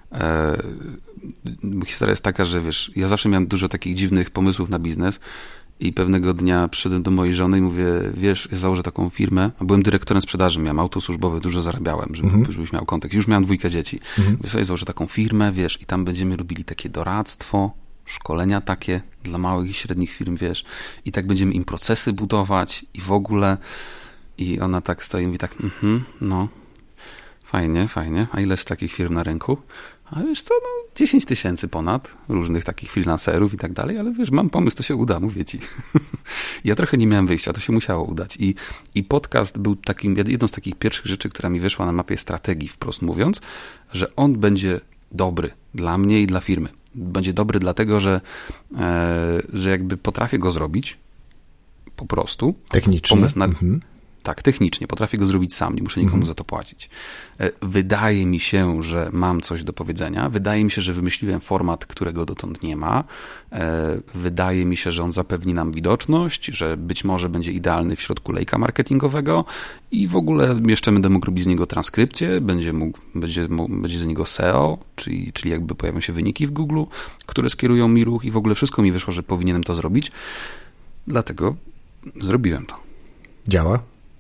Historia jest taka, że wiesz, ja zawsze miałem dużo takich dziwnych pomysłów na biznes i pewnego dnia przyszedłem do mojej żony i mówię, wiesz, ja założę taką firmę, byłem dyrektorem sprzedaży, miałem auto służbowe, dużo zarabiałem, żebyś miał kontekst, już miałem 2 dzieci. Mówię sobie, założę taką firmę, wiesz, i tam będziemy robili takie doradztwo, szkolenia takie dla małych i średnich firm, wiesz, i tak będziemy im procesy budować i w ogóle. I ona tak stoi i mówi tak, no, fajnie, a ile jest takich firm na rynku? A wiesz co, no 10 000 ponad różnych takich freelancerów i tak dalej, ale wiesz, mam pomysł, to się uda, mówię ci. Ja trochę nie miałem wyjścia, to się musiało udać. I podcast był jedną z takich pierwszych rzeczy, która mi wyszła na mapie strategii, wprost mówiąc, że on będzie dobry dla mnie i dla firmy. Będzie dobry dlatego, że jakby potrafię go zrobić po prostu. Technicznie. Tak, technicznie. Potrafię go zrobić sam, nie muszę nikomu za to płacić. Wydaje mi się, że mam coś do powiedzenia. Wydaje mi się, że wymyśliłem format, którego dotąd nie ma. Wydaje mi się, że on zapewni nam widoczność, że być może będzie idealny w środku lejka marketingowego i w ogóle jeszcze będę mógł robić z niego transkrypcję, będzie z niego SEO, czyli jakby pojawią się wyniki w Google, które skierują mi ruch i w ogóle wszystko mi wyszło, że powinienem to zrobić. Dlatego zrobiłem to. Działa?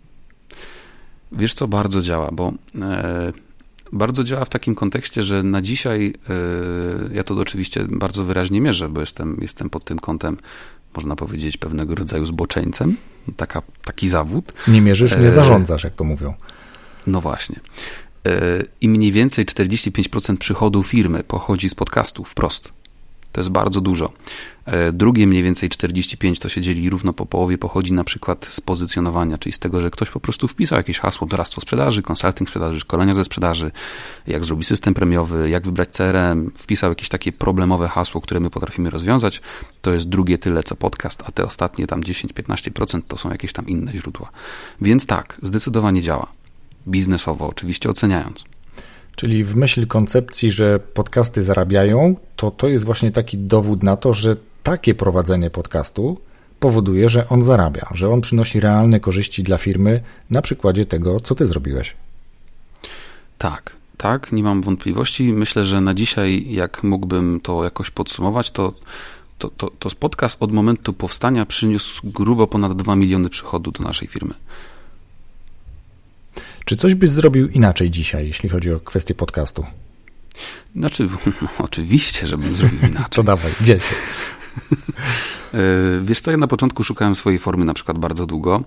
Wiesz co, bardzo działa, bo bardzo działa w takim kontekście, że na dzisiaj ja to oczywiście bardzo wyraźnie mierzę, bo jestem pod tym kątem, można powiedzieć, pewnego rodzaju zboczeńcem, taki zawód. Nie mierzysz, nie zarządzasz, jak to mówią. No właśnie. I mniej więcej 45% przychodu firmy pochodzi z podcastów wprost. To jest bardzo dużo. Drugie mniej więcej 45 to się dzieli równo po połowie, pochodzi na przykład z pozycjonowania, czyli z tego, że ktoś po prostu wpisał jakieś hasło, doradztwo sprzedaży, konsulting sprzedaży, szkolenia ze sprzedaży, jak zrobić system premiowy, jak wybrać CRM, wpisał jakieś takie problemowe hasło, które my potrafimy rozwiązać. To jest drugie tyle co podcast, a te ostatnie tam 10-15% to są jakieś tam inne źródła. Więc tak, zdecydowanie działa. Biznesowo oczywiście oceniając. Czyli w myśl koncepcji, że podcasty zarabiają, to jest właśnie taki dowód na to, że takie prowadzenie podcastu powoduje, że on zarabia, że on przynosi realne korzyści dla firmy na przykładzie tego, co ty zrobiłeś. Tak, nie mam wątpliwości. Myślę, że na dzisiaj, jak mógłbym to jakoś podsumować, to podcast od momentu powstania przyniósł grubo ponad 2 miliony przychodu do naszej firmy. Czy coś byś zrobił inaczej dzisiaj, jeśli chodzi o kwestię podcastu? Znaczy, oczywiście, żebym zrobił inaczej. To dawaj, dziel się. Wiesz co, ja na początku szukałem swojej formy na przykład bardzo długo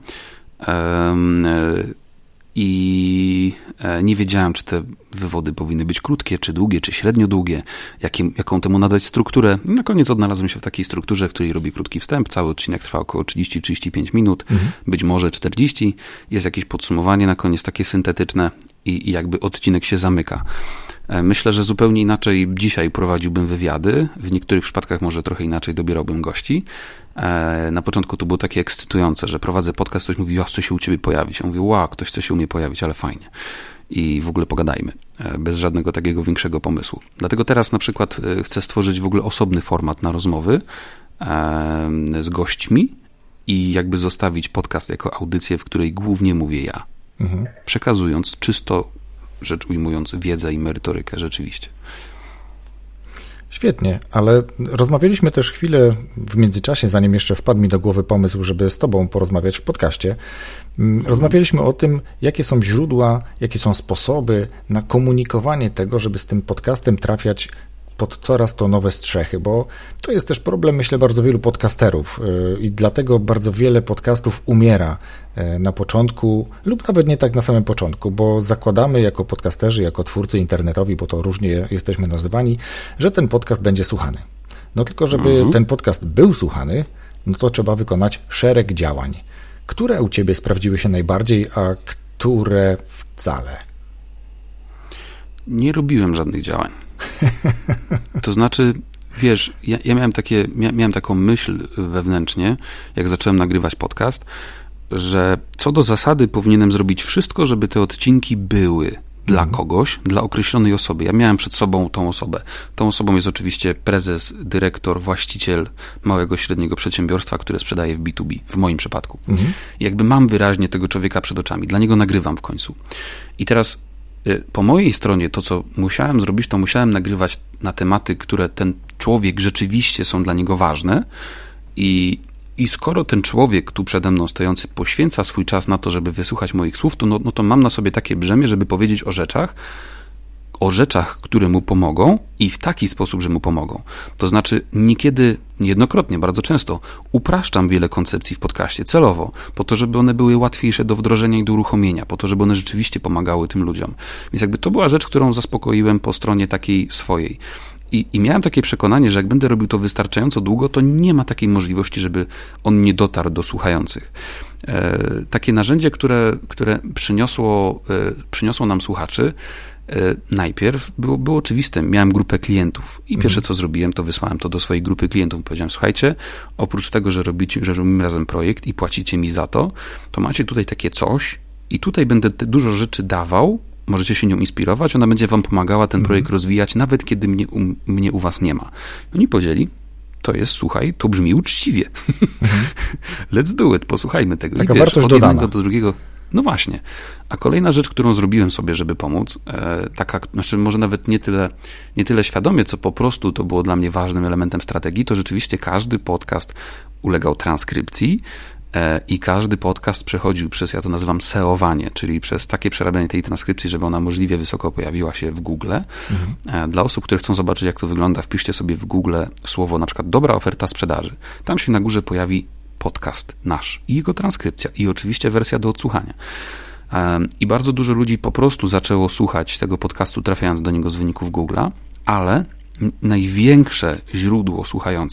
i nie wiedziałem, czy te wywody powinny być krótkie, czy długie, czy średnio długie, jaką temu nadać strukturę. Na koniec odnalazłem się w takiej strukturze, w której robię krótki wstęp, cały odcinek trwa około 30-35 minut, być może 40, jest jakieś podsumowanie na koniec takie syntetyczne i jakby odcinek się zamyka. Myślę, że zupełnie inaczej dzisiaj prowadziłbym wywiady, w niektórych przypadkach może trochę inaczej dobierałbym gości. Na początku to było takie ekscytujące, że prowadzę podcast, ktoś mówi, chcę się u ciebie pojawić. Ja mówię, wow, ktoś chce się u mnie pojawić, ale fajnie. I w ogóle pogadajmy, bez żadnego takiego większego pomysłu. Dlatego teraz na przykład chcę stworzyć w ogóle osobny format na rozmowy z gośćmi i jakby zostawić podcast jako audycję, w której głównie mówię ja, przekazując czysto rzecz ujmując wiedzę i merytorykę rzeczywiście. Świetnie, ale rozmawialiśmy też chwilę w międzyczasie, zanim jeszcze wpadł mi do głowy pomysł, żeby z Tobą porozmawiać w podcaście. Rozmawialiśmy o tym, jakie są źródła, jakie są sposoby na komunikowanie tego, żeby z tym podcastem trafiać pod coraz to nowe strzechy, bo to jest też problem, myślę, bardzo wielu podcasterów i dlatego bardzo wiele podcastów umiera na początku lub nawet nie tak na samym początku, bo zakładamy jako podcasterzy, jako twórcy internetowi, bo to różnie jesteśmy nazywani, że ten podcast będzie słuchany. No tylko, żeby ten podcast był słuchany, no to trzeba wykonać szereg działań. Które u Ciebie sprawdziły się najbardziej, a które wcale? Nie robiłem żadnych działań. To znaczy, wiesz, ja miałem taką myśl wewnętrznie, jak zacząłem nagrywać podcast, że co do zasady powinienem zrobić wszystko, żeby te odcinki były dla kogoś, dla określonej osoby. Ja miałem przed sobą tą osobę. Tą osobą jest oczywiście prezes, dyrektor, właściciel małego, średniego przedsiębiorstwa, które sprzedaje w B2B, w moim przypadku. Jakby mam wyraźnie tego człowieka przed oczami. Dla niego nagrywam w końcu. I teraz po mojej stronie to, co musiałem zrobić, to musiałem nagrywać na tematy, które ten człowiek rzeczywiście są dla niego ważne i skoro ten człowiek tu przede mną stojący poświęca swój czas na to, żeby wysłuchać moich słów, to, to mam na sobie takie brzemię, żeby powiedzieć o rzeczach, które mu pomogą i w taki sposób, że mu pomogą. To znaczy niejednokrotnie, bardzo często upraszczam wiele koncepcji w podcaście celowo, po to, żeby one były łatwiejsze do wdrożenia i do uruchomienia, po to, żeby one rzeczywiście pomagały tym ludziom. Więc jakby to była rzecz, którą zaspokoiłem po stronie takiej swojej. I miałem takie przekonanie, że jak będę robił to wystarczająco długo, to nie ma takiej możliwości, żeby on nie dotarł do słuchających. Takie narzędzie, które przyniosło nam słuchaczy, najpierw było oczywiste. Miałem grupę klientów i pierwsze co zrobiłem, to wysłałem to do swojej grupy klientów. Powiedziałem, słuchajcie, oprócz tego, że robimy razem projekt i płacicie mi za to macie tutaj takie coś i tutaj będę dużo rzeczy dawał, możecie się nią inspirować, ona będzie wam pomagała ten projekt rozwijać, nawet kiedy mnie u was nie ma. Oni powiedzieli, słuchaj, to brzmi uczciwie. Let's do it, posłuchajmy tego. Taka wartość dodana. Od jednego do drugiego. No właśnie. A kolejna rzecz, którą zrobiłem sobie, żeby pomóc, może nawet nie tyle świadomie, co po prostu to było dla mnie ważnym elementem strategii, to rzeczywiście każdy podcast ulegał transkrypcji i każdy podcast przechodził przez, ja to nazywam SEO-owanie, czyli przez takie przerabianie tej transkrypcji, żeby ona możliwie wysoko pojawiła się w Google. Dla osób, które chcą zobaczyć, jak to wygląda, wpiszcie sobie w Google słowo na przykład dobra oferta sprzedaży. Tam się na górze pojawi podcast nasz i jego transkrypcja i oczywiście wersja do odsłuchania. I bardzo dużo ludzi po prostu zaczęło słuchać tego podcastu, trafiając do niego z wyników Google'a, ale największe źródło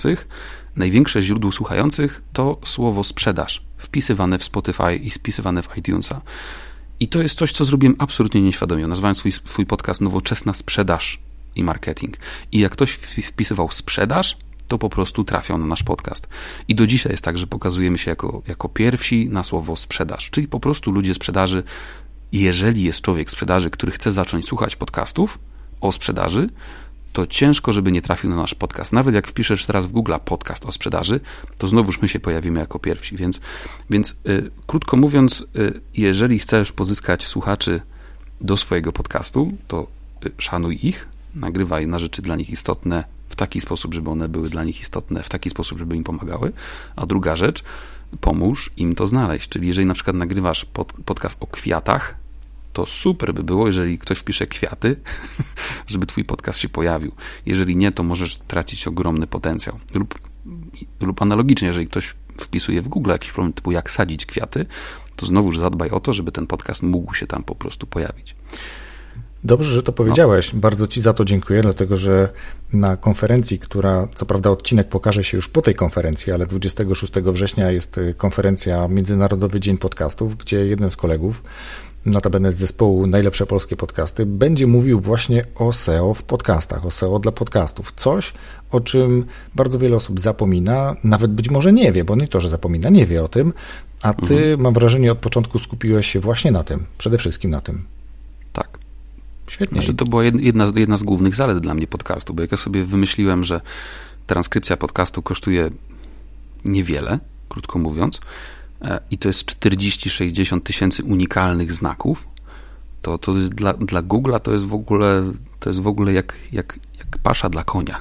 słuchających to słowo sprzedaż, wpisywane w Spotify i wpisywane w iTunesa. I to jest coś, co zrobiłem absolutnie nieświadomie. Nazwałem swój podcast Nowoczesna Sprzedaż i Marketing. I jak ktoś wpisywał sprzedaż, to po prostu trafiał na nasz podcast. I do dzisiaj jest tak, że pokazujemy się jako pierwsi na słowo sprzedaż. Czyli po prostu ludzie sprzedaży, jeżeli jest człowiek sprzedaży, który chce zacząć słuchać podcastów o sprzedaży, to ciężko, żeby nie trafił na nasz podcast. Nawet jak wpiszesz teraz w Google podcast o sprzedaży, to znowuż my się pojawimy jako pierwsi. Więc krótko mówiąc, jeżeli chcesz pozyskać słuchaczy do swojego podcastu, to szanuj ich, nagrywaj na rzeczy dla nich istotne w taki sposób, żeby one były dla nich istotne, w taki sposób, żeby im pomagały. A druga rzecz, pomóż im to znaleźć. Czyli jeżeli na przykład nagrywasz podcast o kwiatach, to super by było, jeżeli ktoś wpisze kwiaty, żeby twój podcast się pojawił. Jeżeli nie, to możesz tracić ogromny potencjał. Lub analogicznie, jeżeli ktoś wpisuje w Google jakiś problem typu jak sadzić kwiaty, to znowuż zadbaj o to, żeby ten podcast mógł się tam po prostu pojawić. Dobrze, że to powiedziałeś. Bardzo Ci za to dziękuję, dlatego że na konferencji, która, co prawda odcinek pokaże się już po tej konferencji, ale 26 września jest konferencja Międzynarodowy Dzień Podcastów, gdzie jeden z kolegów, notabene z zespołu Najlepsze Polskie Podcasty, będzie mówił właśnie o SEO w podcastach, o SEO dla podcastów. Coś, o czym bardzo wiele osób zapomina, nawet być może nie wie, bo nie to, że zapomina, nie wie o tym, a Ty, mam wrażenie, od początku skupiłeś się właśnie na tym, przede wszystkim na tym. Tak. Świetnie. Znaczy, to była jedna z głównych zalet dla mnie podcastu, bo jak ja sobie wymyśliłem, że transkrypcja podcastu kosztuje niewiele, krótko mówiąc, i to jest 40-60 tysięcy unikalnych znaków, to jest dla Google'a to jest w ogóle To jest w ogóle jak pasza dla konia.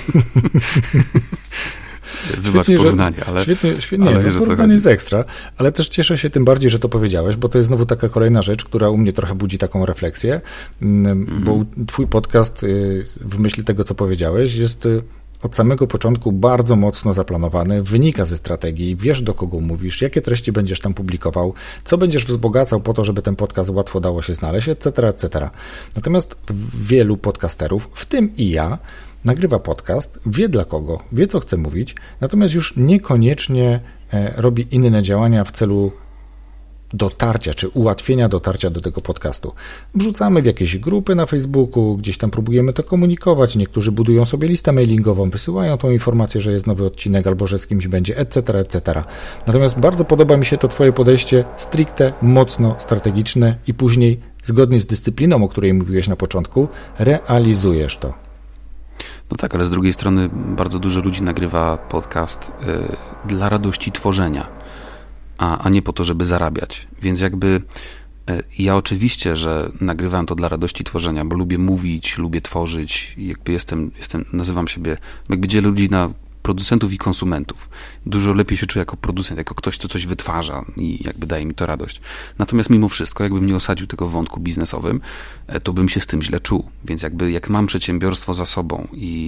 Wybacz porównanie, ale... Świetnie, ale no, porównanie jest ekstra, ale też cieszę się tym bardziej, że to powiedziałeś, bo to jest znowu taka kolejna rzecz, która u mnie trochę budzi taką refleksję, bo twój podcast w myśl tego, co powiedziałeś, jest od samego początku bardzo mocno zaplanowany, wynika ze strategii, wiesz, do kogo mówisz, jakie treści będziesz tam publikował, co będziesz wzbogacał po to, żeby ten podcast łatwo dało się znaleźć, etc., etc. Natomiast wielu podcasterów, w tym i ja, nagrywa podcast, wie dla kogo, wie, co chce mówić, natomiast już niekoniecznie robi inne działania w celu dotarcia, czy ułatwienia dotarcia do tego podcastu. Wrzucamy w jakieś grupy na Facebooku, gdzieś tam próbujemy to komunikować, niektórzy budują sobie listę mailingową, wysyłają tą informację, że jest nowy odcinek albo że z kimś będzie, etc., etc. Natomiast bardzo podoba mi się to twoje podejście stricte, mocno strategiczne i później, zgodnie z dyscypliną, o której mówiłeś na początku, realizujesz to. No tak, ale z drugiej strony bardzo dużo ludzi nagrywa podcast dla radości tworzenia, a nie po to, żeby zarabiać. Więc jakby ja oczywiście, że nagrywam to dla radości tworzenia, bo lubię mówić, lubię tworzyć i jakby nazywam siebie, jakby dzielę ludzi na producentów i konsumentów. Dużo lepiej się czuję jako producent, jako ktoś, kto coś wytwarza i jakby daje mi to radość. Natomiast mimo wszystko, jakbym nie osadził tego w wątku biznesowym, to bym się z tym źle czuł. Więc jakby jak mam przedsiębiorstwo za sobą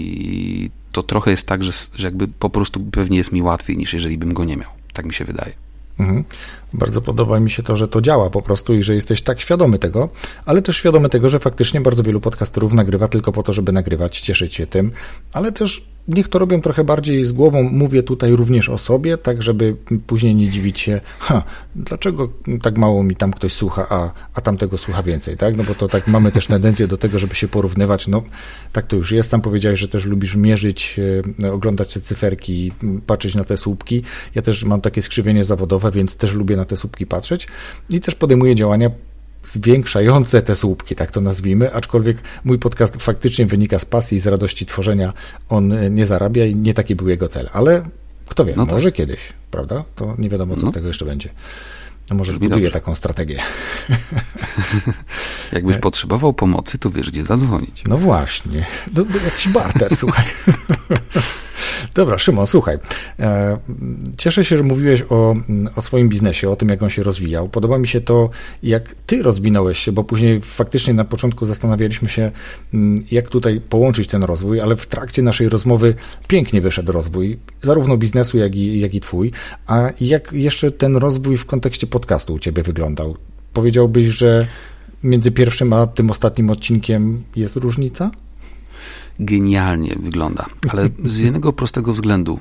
i to trochę jest tak, że jakby po prostu pewnie jest mi łatwiej, niż jeżeli bym go nie miał. Tak mi się wydaje. Bardzo podoba mi się to, że to działa po prostu i że jesteś tak świadomy tego, ale też świadomy tego, że faktycznie bardzo wielu podcasterów nagrywa tylko po to, żeby nagrywać, cieszyć się tym, ale też niech to robią trochę bardziej z głową, mówię tutaj również o sobie, tak żeby później nie dziwić się, dlaczego tak mało mi tam ktoś słucha, a tamtego słucha więcej, tak? No bo to tak mamy też tendencję do tego, żeby się porównywać, no tak to już jest, sam powiedziałeś, że też lubisz mierzyć, oglądać te cyferki, patrzeć na te słupki, ja też mam takie skrzywienie zawodowe, więc też lubię na te słupki patrzeć i też podejmuję działania zwiększające te słupki, tak to nazwijmy, aczkolwiek mój podcast faktycznie wynika z pasji, z radości tworzenia, on nie zarabia i nie taki był jego cel, ale kto wie, może tak. Kiedyś, prawda? To nie wiadomo, co z tego jeszcze będzie. No może zbuduję taką strategię. Jakbyś potrzebował pomocy, to wiesz, gdzie zadzwonić. No właśnie, jakiś barter, słuchaj. Dobra, Szymon, słuchaj. Cieszę się, że mówiłeś o swoim biznesie, o tym, jak on się rozwijał. Podoba mi się to, jak ty rozwinąłeś się, bo później faktycznie na początku zastanawialiśmy się, jak tutaj połączyć ten rozwój, ale w trakcie naszej rozmowy pięknie wyszedł rozwój, zarówno biznesu, jak i twój. A jak jeszcze ten rozwój w kontekście podcastu u ciebie wyglądał? Powiedziałbyś, że między pierwszym a tym ostatnim odcinkiem jest różnica? Genialnie wygląda, ale z jednego prostego względu.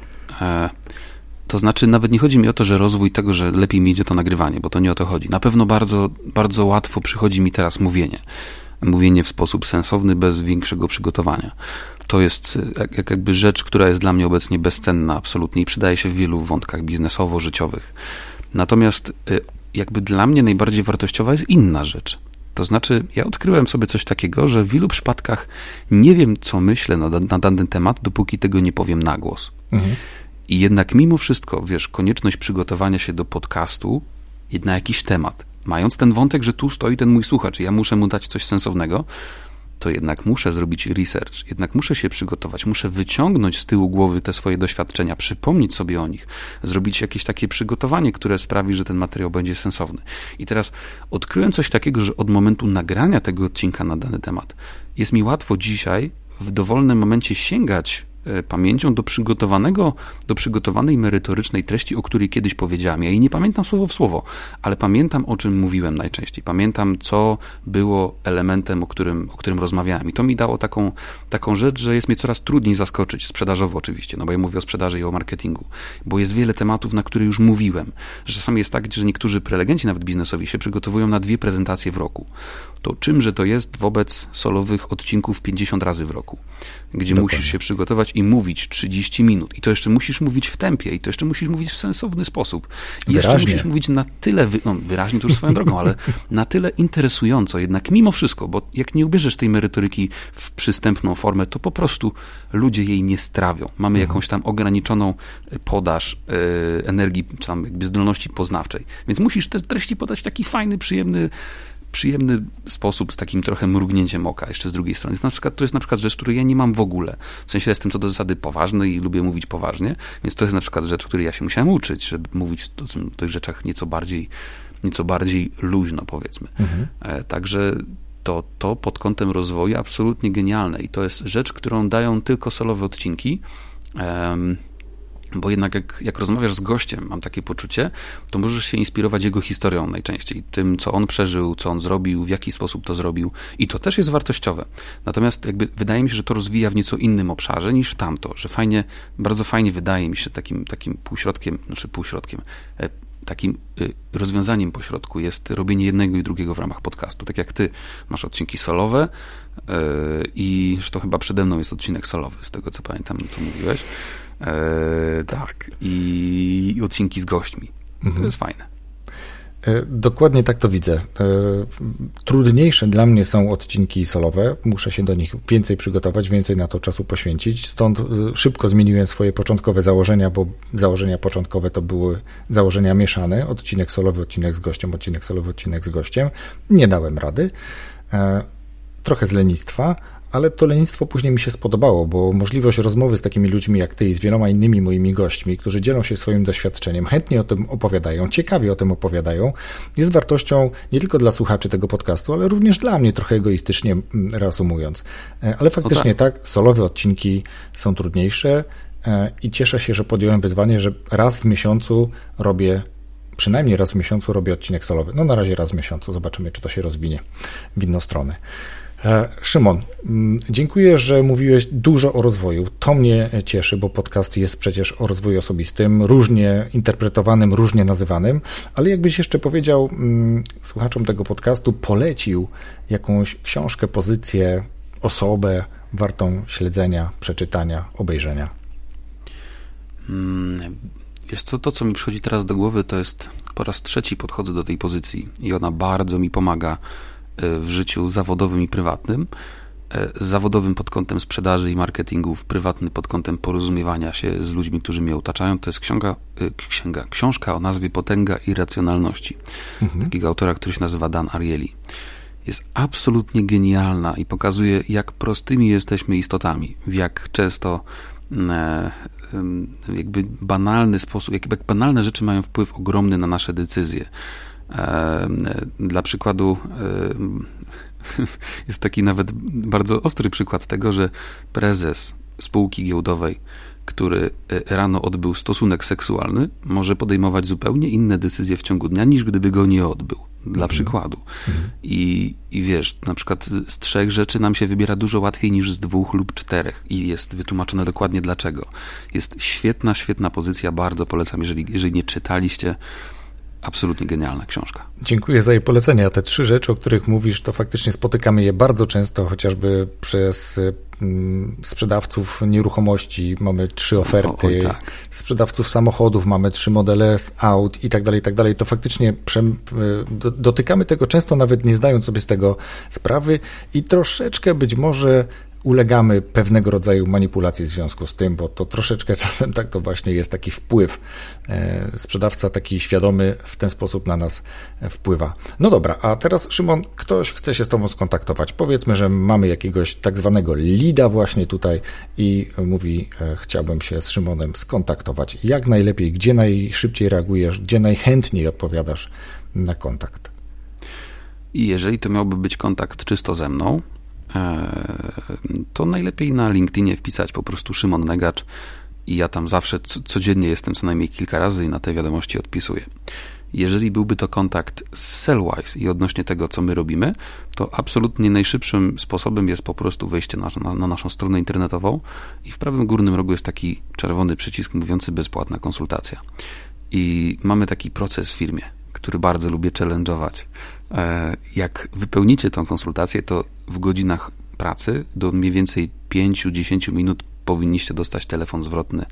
To znaczy, nawet nie chodzi mi o to, że rozwój tego, że lepiej mi idzie to nagrywanie, bo to nie o to chodzi. Na pewno bardzo, bardzo łatwo przychodzi mi teraz mówienie. Mówienie w sposób sensowny, bez większego przygotowania. To jest jakby rzecz, która jest dla mnie obecnie bezcenna absolutnie i przydaje się w wielu wątkach biznesowo-życiowych. Natomiast jakby dla mnie najbardziej wartościowa jest inna rzecz. To znaczy, ja odkryłem sobie coś takiego, że w wielu przypadkach nie wiem, co myślę na dany temat, dopóki tego nie powiem na głos. I jednak mimo wszystko, wiesz, konieczność przygotowania się do podcastu na jakiś temat, mając ten wątek, że tu stoi ten mój słuchacz i ja muszę mu dać coś sensownego, to jednak muszę zrobić research, jednak muszę się przygotować, muszę wyciągnąć z tyłu głowy te swoje doświadczenia, przypomnieć sobie o nich, zrobić jakieś takie przygotowanie, które sprawi, że ten materiał będzie sensowny. I teraz odkryłem coś takiego, że od momentu nagrania tego odcinka na dany temat jest mi łatwo dzisiaj w dowolnym momencie sięgać pamięcią do przygotowanej merytorycznej treści, o której kiedyś powiedziałem. Ja jej nie pamiętam słowo w słowo, ale pamiętam, o czym mówiłem najczęściej. Pamiętam, co było elementem, o którym rozmawiałem. I to mi dało taką rzecz, że jest mnie coraz trudniej zaskoczyć, sprzedażowo oczywiście, no bo ja mówię o sprzedaży i o marketingu, bo jest wiele tematów, na które już mówiłem. Że czasami jest tak, że niektórzy prelegenci nawet biznesowi się przygotowują na 2 prezentacje w roku. To czymże to jest wobec solowych odcinków 50 razy w roku, gdzie musisz się przygotować i mówić 30 minut. I to jeszcze musisz mówić w tempie, i to jeszcze musisz mówić w sensowny sposób. I jeszcze musisz mówić na tyle, wyraźnie to już swoją drogą, ale na tyle interesująco, jednak mimo wszystko, bo jak nie ubierzesz tej merytoryki w przystępną formę, to po prostu ludzie jej nie strawią. Mamy jakąś tam ograniczoną podaż energii, czy tam jakby zdolności poznawczej. Więc musisz te treści podać w taki fajny, przyjemny, przyjemny sposób, z takim trochę mrugnięciem oka jeszcze z drugiej strony. To jest na przykład rzecz, której ja nie mam w ogóle. W sensie jestem co do zasady poważny i lubię mówić poważnie, więc to jest na przykład rzecz, której ja się musiałem uczyć, żeby mówić o tych rzeczach nieco bardziej luźno, powiedzmy. Także to pod kątem rozwoju absolutnie genialne i to jest rzecz, którą dają tylko solowe odcinki, bo jednak jak rozmawiasz z gościem, mam takie poczucie, to możesz się inspirować jego historią najczęściej, tym, co on przeżył, co on zrobił, w jaki sposób to zrobił i to też jest wartościowe. Natomiast jakby wydaje mi się, że to rozwija w nieco innym obszarze niż tamto, że bardzo fajnie wydaje mi się takim takim rozwiązaniem pośrodku jest robienie jednego i drugiego w ramach podcastu. Tak jak ty masz odcinki solowe i że to chyba przede mną jest odcinek solowy, z tego co pamiętam, co mówiłeś. Tak. I odcinki z gośćmi. To jest fajne. Dokładnie tak to widzę. Trudniejsze dla mnie są odcinki solowe. Muszę się do nich więcej przygotować, więcej na to czasu poświęcić. Stąd szybko zmieniłem swoje początkowe założenia, bo założenia początkowe to były założenia mieszane. Odcinek solowy, odcinek z gościem, odcinek solowy, odcinek z gościem. Nie dałem rady. Trochę z lenistwa, ale to lenistwo później mi się spodobało, bo możliwość rozmowy z takimi ludźmi jak ty i z wieloma innymi moimi gośćmi, którzy dzielą się swoim doświadczeniem, chętnie o tym opowiadają, ciekawie o tym opowiadają, jest wartością nie tylko dla słuchaczy tego podcastu, ale również dla mnie, trochę egoistycznie reasumując. Ale faktycznie tak, solowe odcinki są trudniejsze i cieszę się, że podjąłem wyzwanie, że przynajmniej raz w miesiącu robię odcinek solowy. No na razie raz w miesiącu, zobaczymy, czy to się rozwinie w inną stronę. Szymon, dziękuję, że mówiłeś dużo o rozwoju. To mnie cieszy, bo podcast jest przecież o rozwoju osobistym, różnie interpretowanym, różnie nazywanym, ale jakbyś jeszcze powiedział słuchaczom tego podcastu, polecił jakąś książkę, pozycję, osobę wartą śledzenia, przeczytania, obejrzenia. Wiesz co, to co mi przychodzi teraz do głowy, to jest po raz trzeci podchodzę do tej pozycji i ona bardzo mi pomaga w życiu zawodowym i prywatnym. Zawodowym pod kątem sprzedaży i marketingu, prywatny pod kątem porozumiewania się z ludźmi, którzy mnie otaczają. To jest książka o nazwie Potęga irracjonalności. Takiego autora, który się nazywa Dan Ariely. Jest absolutnie genialna i pokazuje, jak prostymi jesteśmy istotami, w jak często jakby banalny sposób, jak banalne rzeczy mają wpływ ogromny na nasze decyzje. Dla przykładu jest taki nawet bardzo ostry przykład tego, że prezes spółki giełdowej, który rano odbył stosunek seksualny, może podejmować zupełnie inne decyzje w ciągu dnia, niż gdyby go nie odbył. Dla przykładu. I wiesz, na przykład z 3 rzeczy nam się wybiera dużo łatwiej niż z 2 lub 4 i jest wytłumaczone dokładnie dlaczego. Jest świetna pozycja, bardzo polecam, jeżeli nie czytaliście. Absolutnie genialna książka. Dziękuję za jej polecenie, a te 3 rzeczy, o których mówisz, to faktycznie spotykamy je bardzo często, chociażby przez sprzedawców nieruchomości mamy 3 oferty, tak. Sprzedawców samochodów mamy 3 modele z aut i tak dalej, to faktycznie dotykamy tego często, nawet nie zdając sobie z tego sprawy i troszeczkę być może ulegamy pewnego rodzaju manipulacji w związku z tym, bo to troszeczkę czasem tak to właśnie jest taki wpływ. Sprzedawca taki świadomy w ten sposób na nas wpływa. No dobra, a teraz Szymon, ktoś chce się z tobą skontaktować. Powiedzmy, że mamy jakiegoś tak zwanego leada właśnie tutaj i mówi, chciałbym się z Szymonem skontaktować. Jak najlepiej, gdzie najszybciej reagujesz, gdzie najchętniej odpowiadasz na kontakt? I jeżeli to miałby być kontakt czysto ze mną, to najlepiej na LinkedInie wpisać po prostu Szymon Negacz i ja tam zawsze codziennie jestem co najmniej kilka razy i na te wiadomości odpisuję. Jeżeli byłby to kontakt z Sellwise i odnośnie tego, co my robimy, to absolutnie najszybszym sposobem jest po prostu wejście na naszą stronę internetową i w prawym górnym rogu jest taki czerwony przycisk mówiący bezpłatna konsultacja. I mamy taki proces w firmie, który bardzo lubię challenge'ować. Jak wypełnicie tą konsultację, to w godzinach pracy do mniej więcej 5-10 minut powinniście dostać telefon zwrotny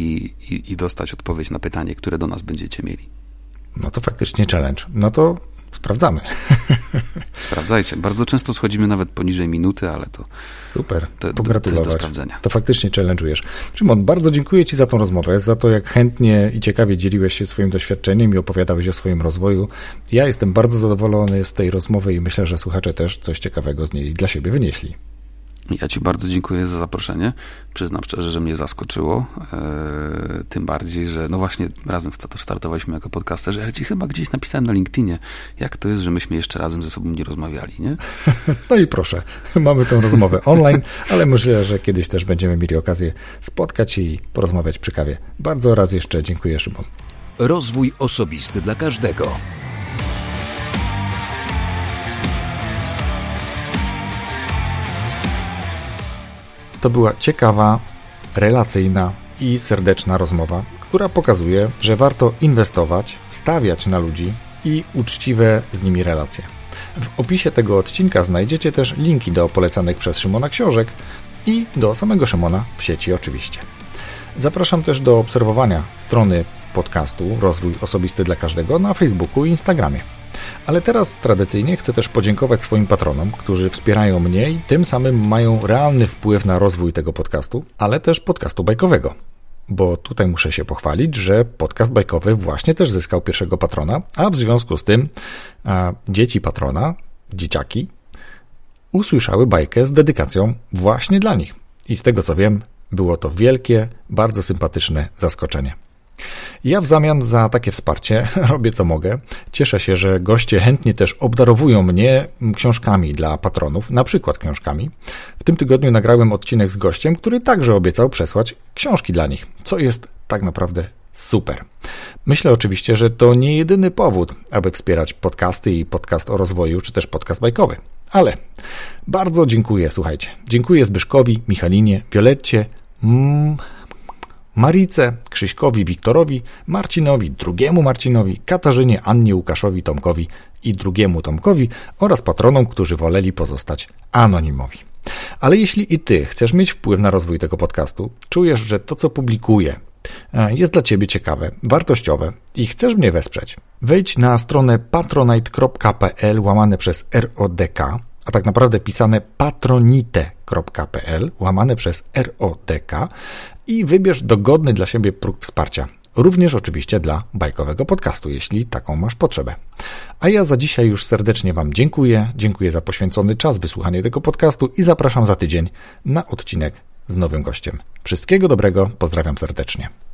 i dostać odpowiedź na pytanie, które do nas będziecie mieli. No to faktycznie challenge. No to Sprawdzamy. Sprawdzajcie. Bardzo często schodzimy nawet poniżej minuty, ale to... Super, to pogratulować. To jest do sprawdzenia. To faktycznie challenge'ujesz. Szymon, bardzo dziękuję Ci za tą rozmowę, za to, jak chętnie i ciekawie dzieliłeś się swoim doświadczeniem i opowiadałeś o swoim rozwoju. Ja jestem bardzo zadowolony z tej rozmowy i myślę, że słuchacze też coś ciekawego z niej dla siebie wynieśli. Ja Ci bardzo dziękuję za zaproszenie. Przyznam szczerze, że mnie zaskoczyło. Tym bardziej, że no właśnie razem startowaliśmy jako podcasterzy, ale Ci chyba gdzieś napisałem na LinkedInie, jak to jest, że myśmy jeszcze razem ze sobą nie rozmawiali, nie? No i proszę, mamy tę rozmowę online, ale myślę, że kiedyś też będziemy mieli okazję spotkać się i porozmawiać przy kawie. Bardzo raz jeszcze dziękuję, Szymon. Rozwój osobisty dla każdego. To była ciekawa, relacyjna i serdeczna rozmowa, która pokazuje, że warto inwestować, stawiać na ludzi i uczciwe z nimi relacje. W opisie tego odcinka znajdziecie też linki do polecanych przez Szymona książek i do samego Szymona w sieci oczywiście. Zapraszam też do obserwowania strony podcastu Rozwój Osobisty dla Każdego na Facebooku i Instagramie. Ale teraz tradycyjnie chcę też podziękować swoim patronom, którzy wspierają mnie i tym samym mają realny wpływ na rozwój tego podcastu, ale też podcastu bajkowego. Bo tutaj muszę się pochwalić, że podcast bajkowy właśnie też zyskał pierwszego patrona, a w związku z tym dzieci patrona, dzieciaki, usłyszały bajkę z dedykacją właśnie dla nich. I z tego co wiem, było to wielkie, bardzo sympatyczne zaskoczenie. Ja w zamian za takie wsparcie robię co mogę. Cieszę się, że goście chętnie też obdarowują mnie książkami dla patronów, na przykład książkami. W tym tygodniu nagrałem odcinek z gościem, który także obiecał przesłać książki dla nich, co jest tak naprawdę super. Myślę oczywiście, że to nie jedyny powód, aby wspierać podcasty i podcast o rozwoju, czy też podcast bajkowy. Ale bardzo dziękuję, słuchajcie. Dziękuję Zbyszkowi, Michalinie, Violetcie, Marice, Krzyśkowi, Wiktorowi, Marcinowi, drugiemu Marcinowi, Katarzynie, Annie, Łukaszowi, Tomkowi i drugiemu Tomkowi oraz patronom, którzy woleli pozostać anonimowi. Ale jeśli i Ty chcesz mieć wpływ na rozwój tego podcastu, czujesz, że to, co publikuję, jest dla Ciebie ciekawe, wartościowe i chcesz mnie wesprzeć, wejdź na stronę patronite.pl/RODK, a tak naprawdę pisane patronite.pl/RODK i wybierz dogodny dla siebie próg wsparcia. Również oczywiście dla bajkowego podcastu, jeśli taką masz potrzebę. A ja za dzisiaj już serdecznie Wam dziękuję. Dziękuję za poświęcony czas, wysłuchanie tego podcastu i zapraszam za tydzień na odcinek z nowym gościem. Wszystkiego dobrego, pozdrawiam serdecznie.